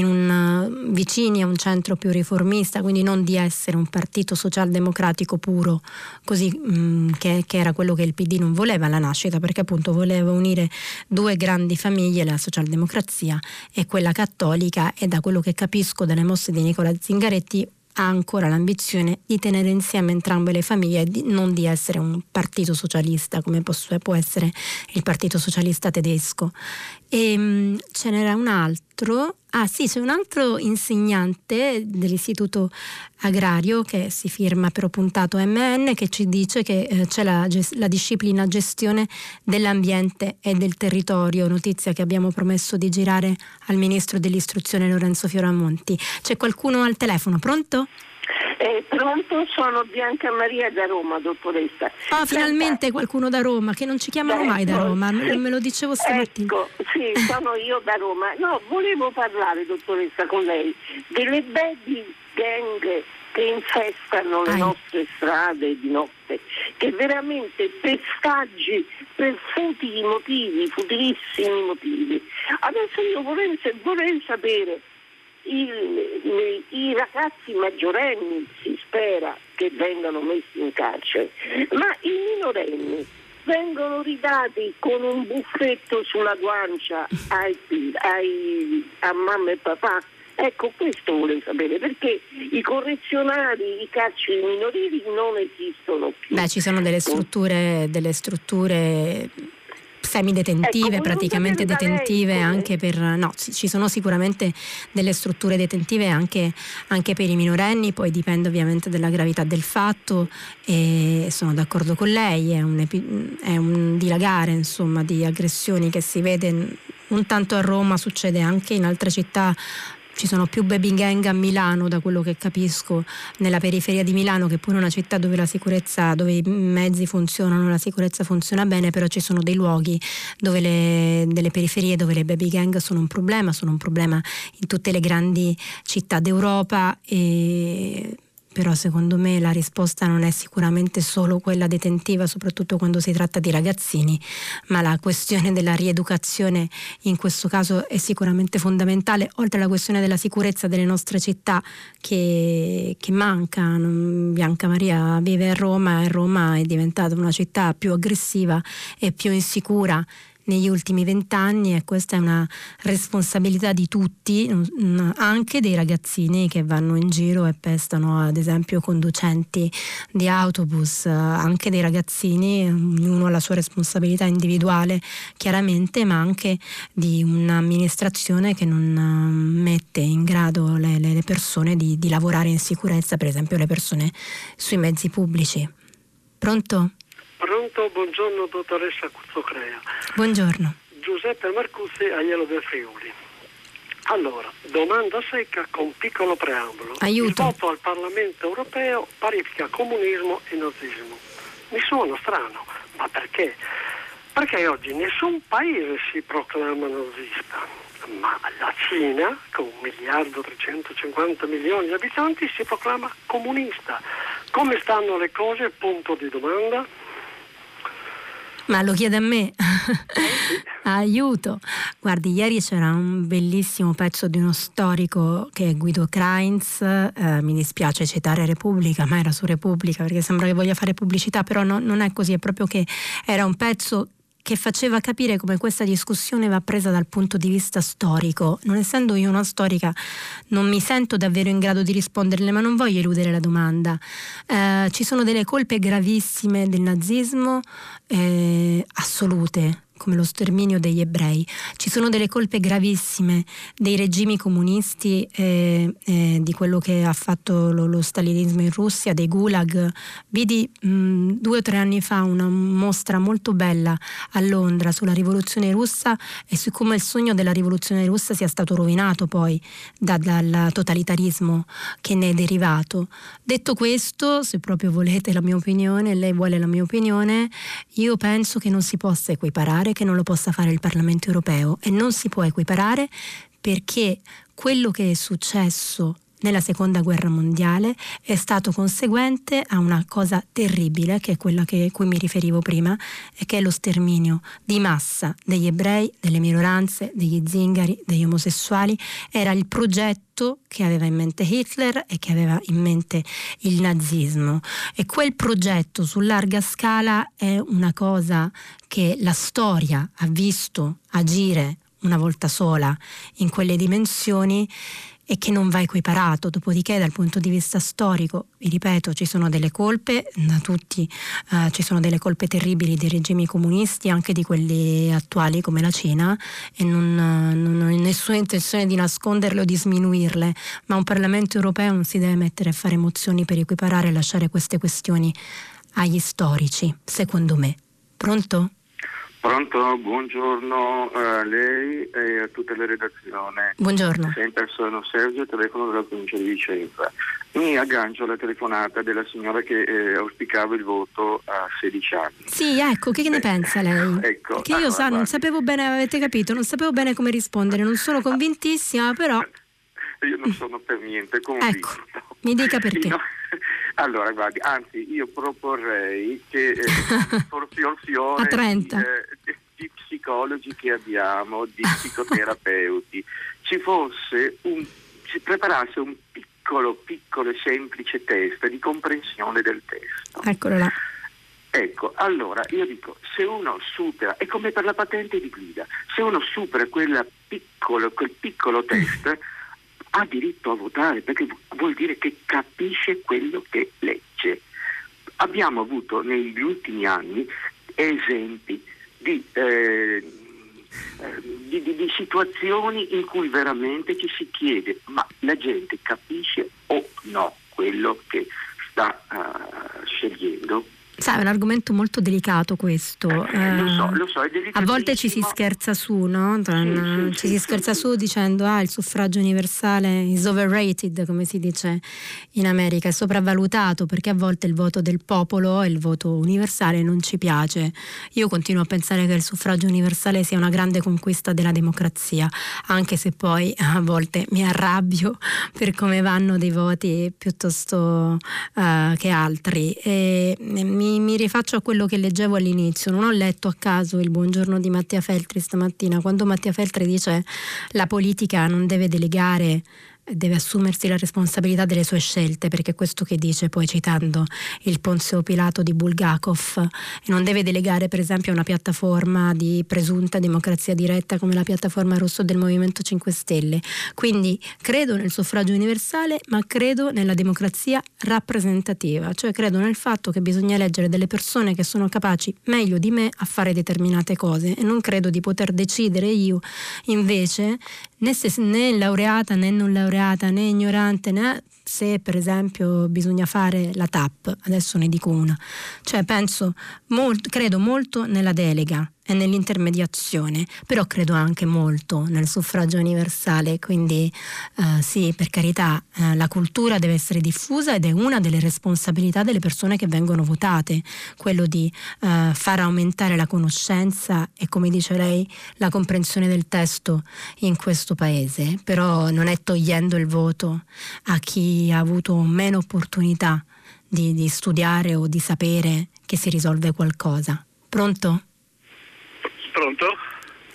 vicini a un centro più riformista, quindi non di essere un partito socialdemocratico puro, così che era quello che il PD non voleva alla nascita, perché appunto voleva unire due grandi famiglie, la socialdemocrazia e quella cattolica, e da quello che capisco dalle mosse di Nicola Zingaretti ha ancora l'ambizione di tenere insieme entrambe le famiglie e non di essere un partito socialista come può essere il Partito Socialista Tedesco. E ce n'era un altro, c'è un altro insegnante dell'Istituto Agrario che si firma però puntato MN, che ci dice che c'è la disciplina gestione dell'ambiente e del territorio, notizia che abbiamo promesso di girare al Ministro dell'Istruzione Lorenzo Fioramonti. C'è qualcuno al telefono, pronto? Pronto, sono Bianca Maria da Roma, dottoressa. Finalmente qualcuno da Roma, che non ci chiamano mai da Roma, me lo dicevo stamattina. Ecco, sì, sono io da Roma. No, volevo parlare, dottoressa, con lei delle baby gang che infestano le nostre strade di notte, che veramente per futili motivi, futilissimi motivi. Adesso io vorrei sapere, i ragazzi maggiorenni si spera che vengano messi in carcere, ma i minorenni vengono ridati con un buffetto sulla guancia a mamma e papà? Ecco, questo volevo sapere, perché i correzionali, i carceri minorili non esistono più. Ci sono delle strutture semidetentive, praticamente detentive anche ci sono sicuramente delle strutture detentive anche per i minorenni, poi dipende ovviamente dalla gravità del fatto, e sono d'accordo con lei, è un dilagare insomma di aggressioni che si vede un tanto a Roma, succede anche in altre città. Ci sono più baby gang a Milano, da quello che capisco, nella periferia di Milano, che pure è una città dove la sicurezza, dove i mezzi funzionano, la sicurezza funziona bene, però ci sono dei luoghi delle periferie dove le baby gang sono un problema in tutte le grandi città d'Europa, però secondo me la risposta non è sicuramente solo quella detentiva, soprattutto quando si tratta di ragazzini, ma la questione della rieducazione in questo caso è sicuramente fondamentale, oltre alla questione della sicurezza delle nostre città che manca. Bianca Maria vive a Roma e Roma è diventata una città più aggressiva e più insicura negli ultimi 20 anni, e questa è una responsabilità di tutti, anche dei ragazzini che vanno in giro e pestano ad esempio conducenti di autobus, anche dei ragazzini, ognuno ha la sua responsabilità individuale chiaramente, ma anche di un'amministrazione che non mette in grado le persone di lavorare in sicurezza, per esempio le persone sui mezzi pubblici. Pronto? Pronto, buongiorno dottoressa Cuzzocrea. Buongiorno. Giuseppe Marcuzzi, Aiello del Friuli. Allora, domanda secca con piccolo preambolo. Aiuto. Il voto al Parlamento europeo parifica comunismo e nazismo. Mi suona strano, ma perché? Perché oggi nessun paese si proclama nazista, ma la Cina, con 1.350 milioni di abitanti, si proclama comunista. Come stanno le cose? Punto di domanda. Ma lo chiede a me? Aiuto. Guardi, ieri c'era un bellissimo pezzo di uno storico che è Guido Kreins, mi dispiace citare Repubblica, ma era su Repubblica perché sembra che voglia fare pubblicità, però non è così, è proprio che era un pezzo che faceva capire come questa discussione va presa dal punto di vista storico. Non essendo io una storica, non mi sento davvero in grado di risponderle, ma non voglio eludere la domanda. Ci sono delle colpe gravissime del nazismo, assolute, come lo sterminio degli ebrei. Ci sono delle colpe gravissime dei regimi comunisti, di quello che ha fatto lo stalinismo in Russia, dei gulag. Vidi 2 o 3 anni fa una mostra molto bella a Londra sulla rivoluzione russa e su come il sogno della rivoluzione russa sia stato rovinato poi dal totalitarismo che ne è derivato. Detto questo, se proprio volete la mia opinione, lei vuole la mia opinione, io penso che non si possa equiparare, che non lo possa fare il Parlamento europeo, e non si può equiparare perché quello che è successo nella seconda guerra mondiale è stato conseguente a una cosa terribile, che è quella cui mi riferivo prima, e che è lo sterminio di massa degli ebrei, delle minoranze, degli zingari, degli omosessuali. Era il progetto che aveva in mente Hitler e che aveva in mente il nazismo, e quel progetto su larga scala è una cosa che la storia ha visto agire una volta sola in quelle dimensioni e che non va equiparato. Dopodiché, dal punto di vista storico, vi ripeto, ci sono delle colpe da tutti, ci sono delle colpe terribili dei regimi comunisti, anche di quelli attuali come la Cina, e non ho nessuna intenzione di nasconderle o di sminuirle, ma un Parlamento europeo non si deve mettere a fare mozioni per equiparare e lasciare queste questioni agli storici, secondo me. Pronto? Pronto, buongiorno a lei e a tutta la redazione. Buongiorno. Sempre sono Sergio, telefono della provincia di Vicenza. Mi aggancio alla telefonata della signora che auspicava il voto a 16 anni. Sì, ecco, che ne pensa lei? Ecco, che io non sapevo bene, avete capito, non sapevo bene come rispondere, non sono convintissima, però... Io non sono per niente convinto. Ecco, mi dica perché. Allora, guardi, anzi, io proporrei che fior a 30. Di psicologi che abbiamo, di psicoterapeuti, si preparasse un piccolo e semplice test di comprensione del testo. Eccolo là. Ecco, allora io dico, se uno supera, è come per la patente di guida, se uno supera quel piccolo test, ha diritto a votare, perché vuol dire che capisce quello che legge. Abbiamo avuto negli ultimi anni esempi di situazioni in cui veramente ci si chiede, ma la gente capisce o no quello che sta scegliendo? Sai, è un argomento molto delicato questo. Lo so, è delicatissimo. A volte ci si scherza su, no? Ci si scherza su dicendo il suffragio universale is overrated, come si dice in America, è sopravvalutato, perché a volte il voto del popolo e il voto universale non ci piace. Io continuo a pensare che il suffragio universale sia una grande conquista della democrazia, anche se poi a volte mi arrabbio per come vanno dei voti piuttosto che altri. E mi rifaccio a quello che leggevo all'inizio. Non ho letto a caso il buongiorno di Mattia Feltri stamattina, quando Mattia Feltri dice la politica non deve delegare, deve assumersi la responsabilità delle sue scelte, perché è questo che dice, poi citando il Ponzio Pilato di Bulgakov, e non deve delegare per esempio a una piattaforma di presunta democrazia diretta come la piattaforma Rosso del Movimento 5 Stelle. Quindi credo nel suffragio universale, ma credo nella democrazia rappresentativa, cioè credo nel fatto che bisogna eleggere delle persone che sono capaci meglio di me a fare determinate cose, e non credo di poter decidere io invece né laureata né non laureata né ignorante né se per esempio bisogna fare la TAP, adesso ne dico una, cioè credo molto nella delega e nell'intermediazione, però credo anche molto nel suffragio universale, quindi sì, per carità, la cultura deve essere diffusa ed è una delle responsabilità delle persone che vengono votate, quello di far aumentare la conoscenza e, come dice lei, la comprensione del testo in questo paese, però non è togliendo il voto a chi ha avuto meno opportunità di studiare o di sapere che si risolve qualcosa. Pronto?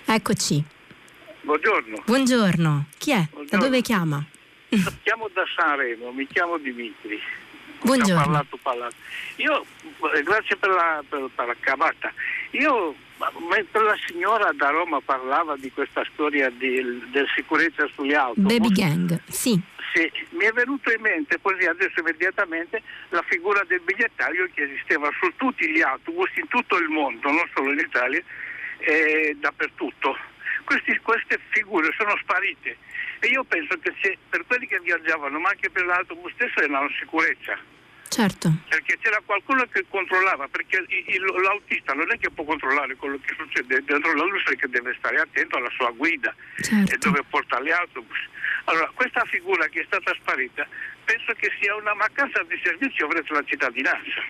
Eccoci. Buongiorno. Buongiorno. Chi è? Buongiorno. Da dove chiama? Chiamo da Sanremo, mi chiamo Dimitri. Buongiorno. Parlato. Io, grazie per la chiamata. Io, mentre la signora da Roma parlava di questa storia del sicurezza sugli autobus, Baby gang, sì. Sì, mi è venuto in mente così adesso immediatamente la figura del bigliettario che esisteva su tutti gli autobus in tutto il mondo, non solo in Italia, dappertutto. Queste figure sono sparite e io penso che per quelli che viaggiavano, ma anche per l'autobus stesso, era una sicurezza. Certo. Perché c'era qualcuno che controllava, perché l'autista non è che può controllare quello che succede dentro l'autobus, perché deve stare attento alla sua guida, certo, e dove porta gli autobus. Allora, questa figura che è stata sparita, penso che sia una mancanza di servizio verso la cittadinanza.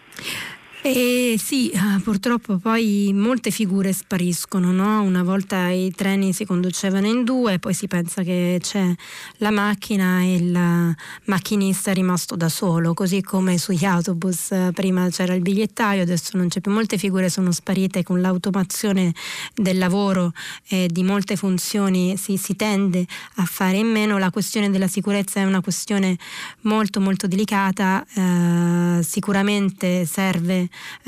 Sì, purtroppo poi molte figure spariscono, no? Una volta i treni si conducevano in due, poi si pensa che c'è la macchina e il macchinista è rimasto da solo, così come sugli autobus prima c'era il bigliettaio, adesso non c'è più. Molte figure sono sparite con l'automazione del lavoro e di molte funzioni si tende a fare in meno. La questione della sicurezza è una questione molto molto delicata, sicuramente serve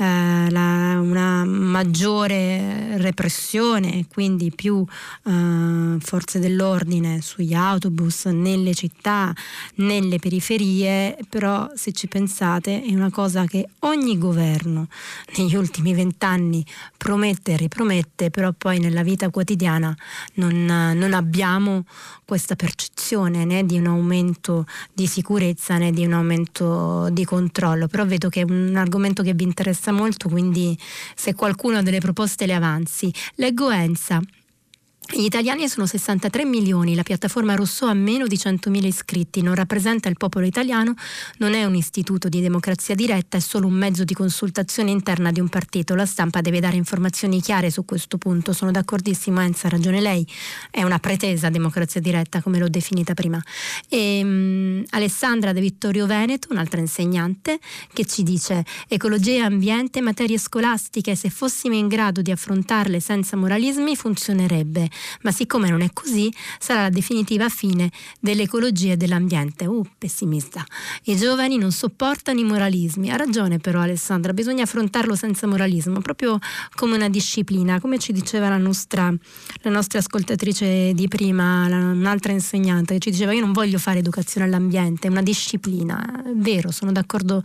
una maggiore repressione, quindi più forze dell'ordine sugli autobus, nelle città, nelle periferie, però se ci pensate è una cosa che ogni governo negli ultimi 20 anni promette e ripromette, però poi nella vita quotidiana non abbiamo questa percezione né di un aumento di sicurezza né di un aumento di controllo. Però vedo che è un argomento che vi interessa molto, quindi se qualcuno ha delle proposte le avanzi. Leggo Ensa. Gli italiani sono 63 milioni, la piattaforma Rousseau ha meno di 100.000 iscritti, non rappresenta il popolo italiano, non è un istituto di democrazia diretta, è solo un mezzo di consultazione interna di un partito. La stampa deve dare informazioni chiare su questo punto. Sono d'accordissimo, Enza, ha ragione lei, è una pretesa democrazia diretta come l'ho definita prima. Alessandra De Vittorio Veneto, un'altra insegnante, che ci dice: ecologia e ambiente, materie scolastiche, se fossimo in grado di affrontarle senza moralismi funzionerebbe. Ma siccome non è così, sarà la definitiva fine dell'ecologia e dell'ambiente. Pessimista. I giovani non sopportano i moralismi. Ha ragione però Alessandra, bisogna affrontarlo senza moralismo, proprio come una disciplina, come ci diceva la nostra ascoltatrice di prima, un'altra insegnante, che ci diceva: io non voglio fare educazione all'ambiente, è una disciplina. È vero, sono d'accordo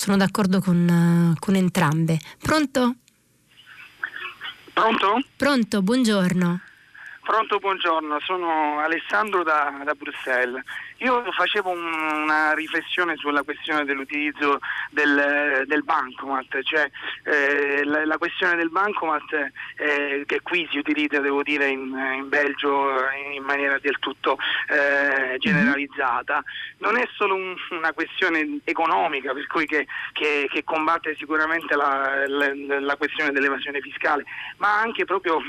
con entrambe. Pronto? Pronto, buongiorno. Pronto, buongiorno, sono Alessandro da Bruxelles. Io facevo una riflessione sulla questione dell'utilizzo del bancomat, cioè la questione del bancomat che qui si utilizza, devo dire, in Belgio in maniera del tutto generalizzata. Non è solo una questione economica, per cui che combatte sicuramente la questione dell'evasione fiscale, ma anche proprio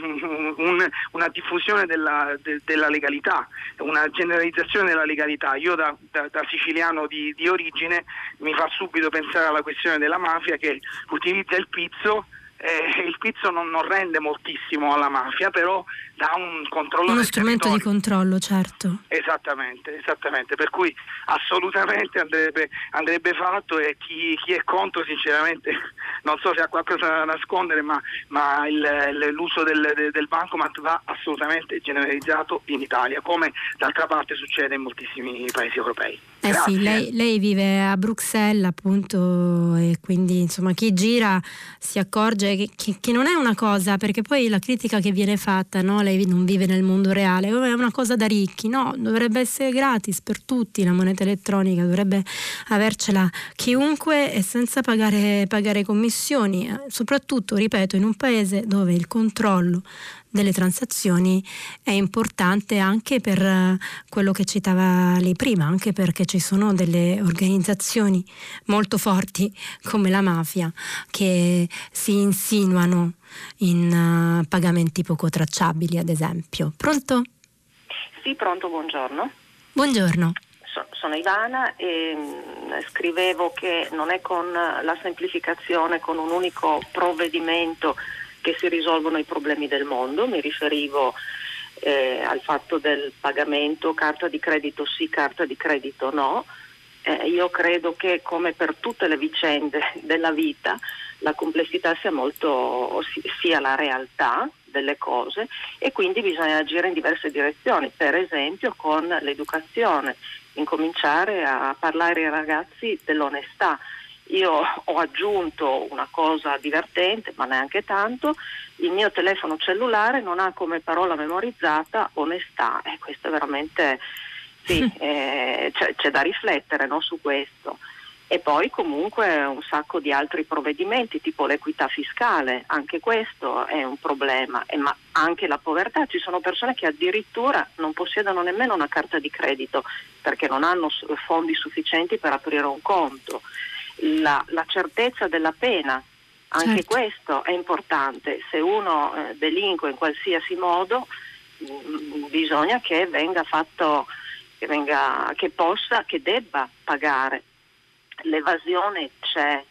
una diffusione della legalità, una generalizzazione della legalità. Io da siciliano di origine mi fa subito pensare alla questione della mafia che utilizza il pizzo. Il pizzo non rende moltissimo alla mafia, però dà un controllo. Uno strumento di controllo, certo. Esattamente, per cui assolutamente andrebbe fatto, e chi è contro sinceramente non so se ha qualcosa da nascondere, ma l'uso del bancomat va assolutamente generalizzato in Italia, come d'altra parte succede in moltissimi paesi europei. Sì, lei vive a Bruxelles appunto, e quindi insomma chi gira si accorge che non è una cosa, perché poi la critica che viene fatta, no? Lei non vive nel mondo reale, è una cosa da ricchi, no? Dovrebbe essere gratis per tutti la moneta elettronica, dovrebbe avercela chiunque e senza pagare commissioni, soprattutto, ripeto, in un paese dove il controllo delle transazioni è importante, anche per quello che citava lei prima, anche perché ci sono delle organizzazioni molto forti come la mafia che si insinuano in pagamenti poco tracciabili, ad esempio. Pronto? Sì, pronto, buongiorno. Buongiorno. Sono Ivana e scrivevo che non è con la semplificazione, con un unico provvedimento che si risolvono i problemi del mondo. Mi riferivo al fatto del pagamento, carta di credito sì, carta di credito no. Io credo che, come per tutte le vicende della vita, la complessità sia la realtà delle cose, e quindi bisogna agire in diverse direzioni, per esempio con l'educazione, incominciare a parlare ai ragazzi dell'onestà. Io ho aggiunto una cosa divertente, ma neanche tanto: il mio telefono cellulare non ha come parola memorizzata onestà, e questo è veramente c'è da riflettere, no, su questo. E poi comunque un sacco di altri provvedimenti, tipo l'equità fiscale, anche questo è un problema, ma anche la povertà. Ci sono persone che addirittura non possiedono nemmeno una carta di credito perché non hanno fondi sufficienti per aprire un conto. La certezza della pena, anche questo è importante. Se uno delinque in qualsiasi modo, bisogna che venga fatto, che debba pagare. L'evasione c'è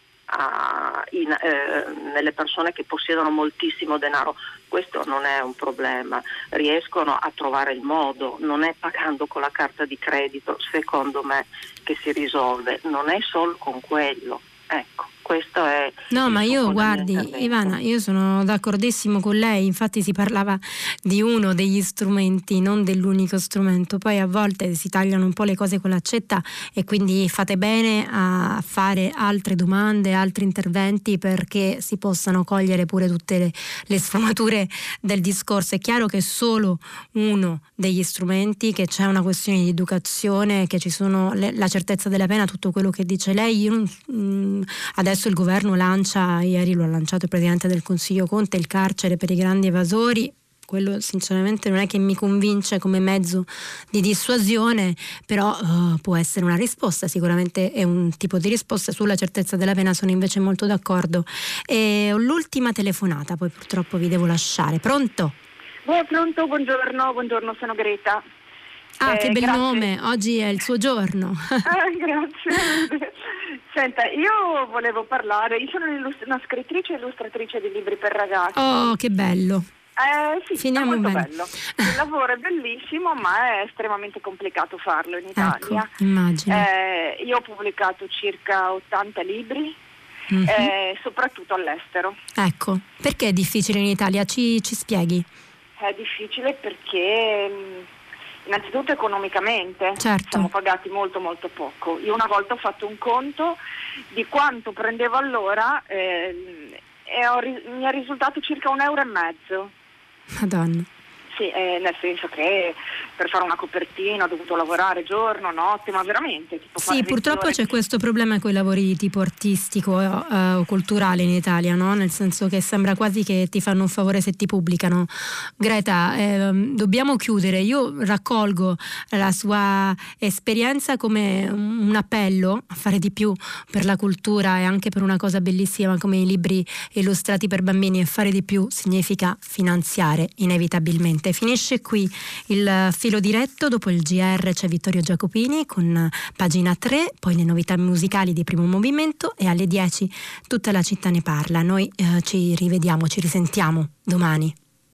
nelle persone che possiedono moltissimo denaro. Questo non è un problema, riescono a trovare il modo, non è pagando con la carta di credito, secondo me, che si risolve, non è solo con quello. Ecco, questo è... No, ma io, guardi, Ivana, io sono d'accordissimo con lei. Infatti si parlava di uno degli strumenti, non dell'unico strumento. Poi a volte si tagliano un po' le cose con l'accetta, e quindi fate bene a fare altre domande, altri interventi, perché si possano cogliere pure tutte le sfumature del discorso. È chiaro che è solo uno degli strumenti, che c'è una questione di educazione, che ci sono la certezza della pena, tutto quello che dice lei. Io adesso il governo lancia, ieri lo ha lanciato il Presidente del Consiglio Conte, il carcere per i grandi evasori. Quello sinceramente non è che mi convince come mezzo di dissuasione, però può essere una risposta, sicuramente è un tipo di risposta. Sulla certezza della pena sono invece molto d'accordo. E l'ultima telefonata, poi purtroppo vi devo lasciare. Pronto? Pronto, buongiorno, sono Greta. Che bel grazie. nome, oggi è il suo giorno. Grazie. Senta, io volevo parlare, io sono una scrittrice e illustratrice di libri per ragazzi. Oh, che bello. Sì, Finiamo è molto bene. bello. Il lavoro è bellissimo, ma è estremamente complicato farlo in Italia. Ecco, immagino. Io ho pubblicato circa 80 libri, soprattutto all'estero. Ecco, perché è difficile in Italia? Ci spieghi? È difficile perché... innanzitutto economicamente, certo, siamo pagati molto molto poco. Io una volta ho fatto un conto di quanto prendevo allora mi è risultato circa €1,50. Madonna. Sì, nel senso che per fare una copertina ho dovuto lavorare giorno, notte, ma veramente tipo sì, purtroppo c'è questo problema con i lavori di tipo artistico o culturale in Italia, no? Nel senso che sembra quasi che ti fanno un favore se ti pubblicano. Greta, dobbiamo chiudere. Io raccolgo la sua esperienza come un appello a fare di più per la cultura e anche per una cosa bellissima come i libri illustrati per bambini, e fare di più significa finanziare inevitabilmente. Finisce qui il filo diretto. Dopo il GR c'è Vittorio Giacopini con Pagina 3, poi le novità musicali di Primo Movimento, e alle 10 Tutta la città ne parla. Noi ci risentiamo domani.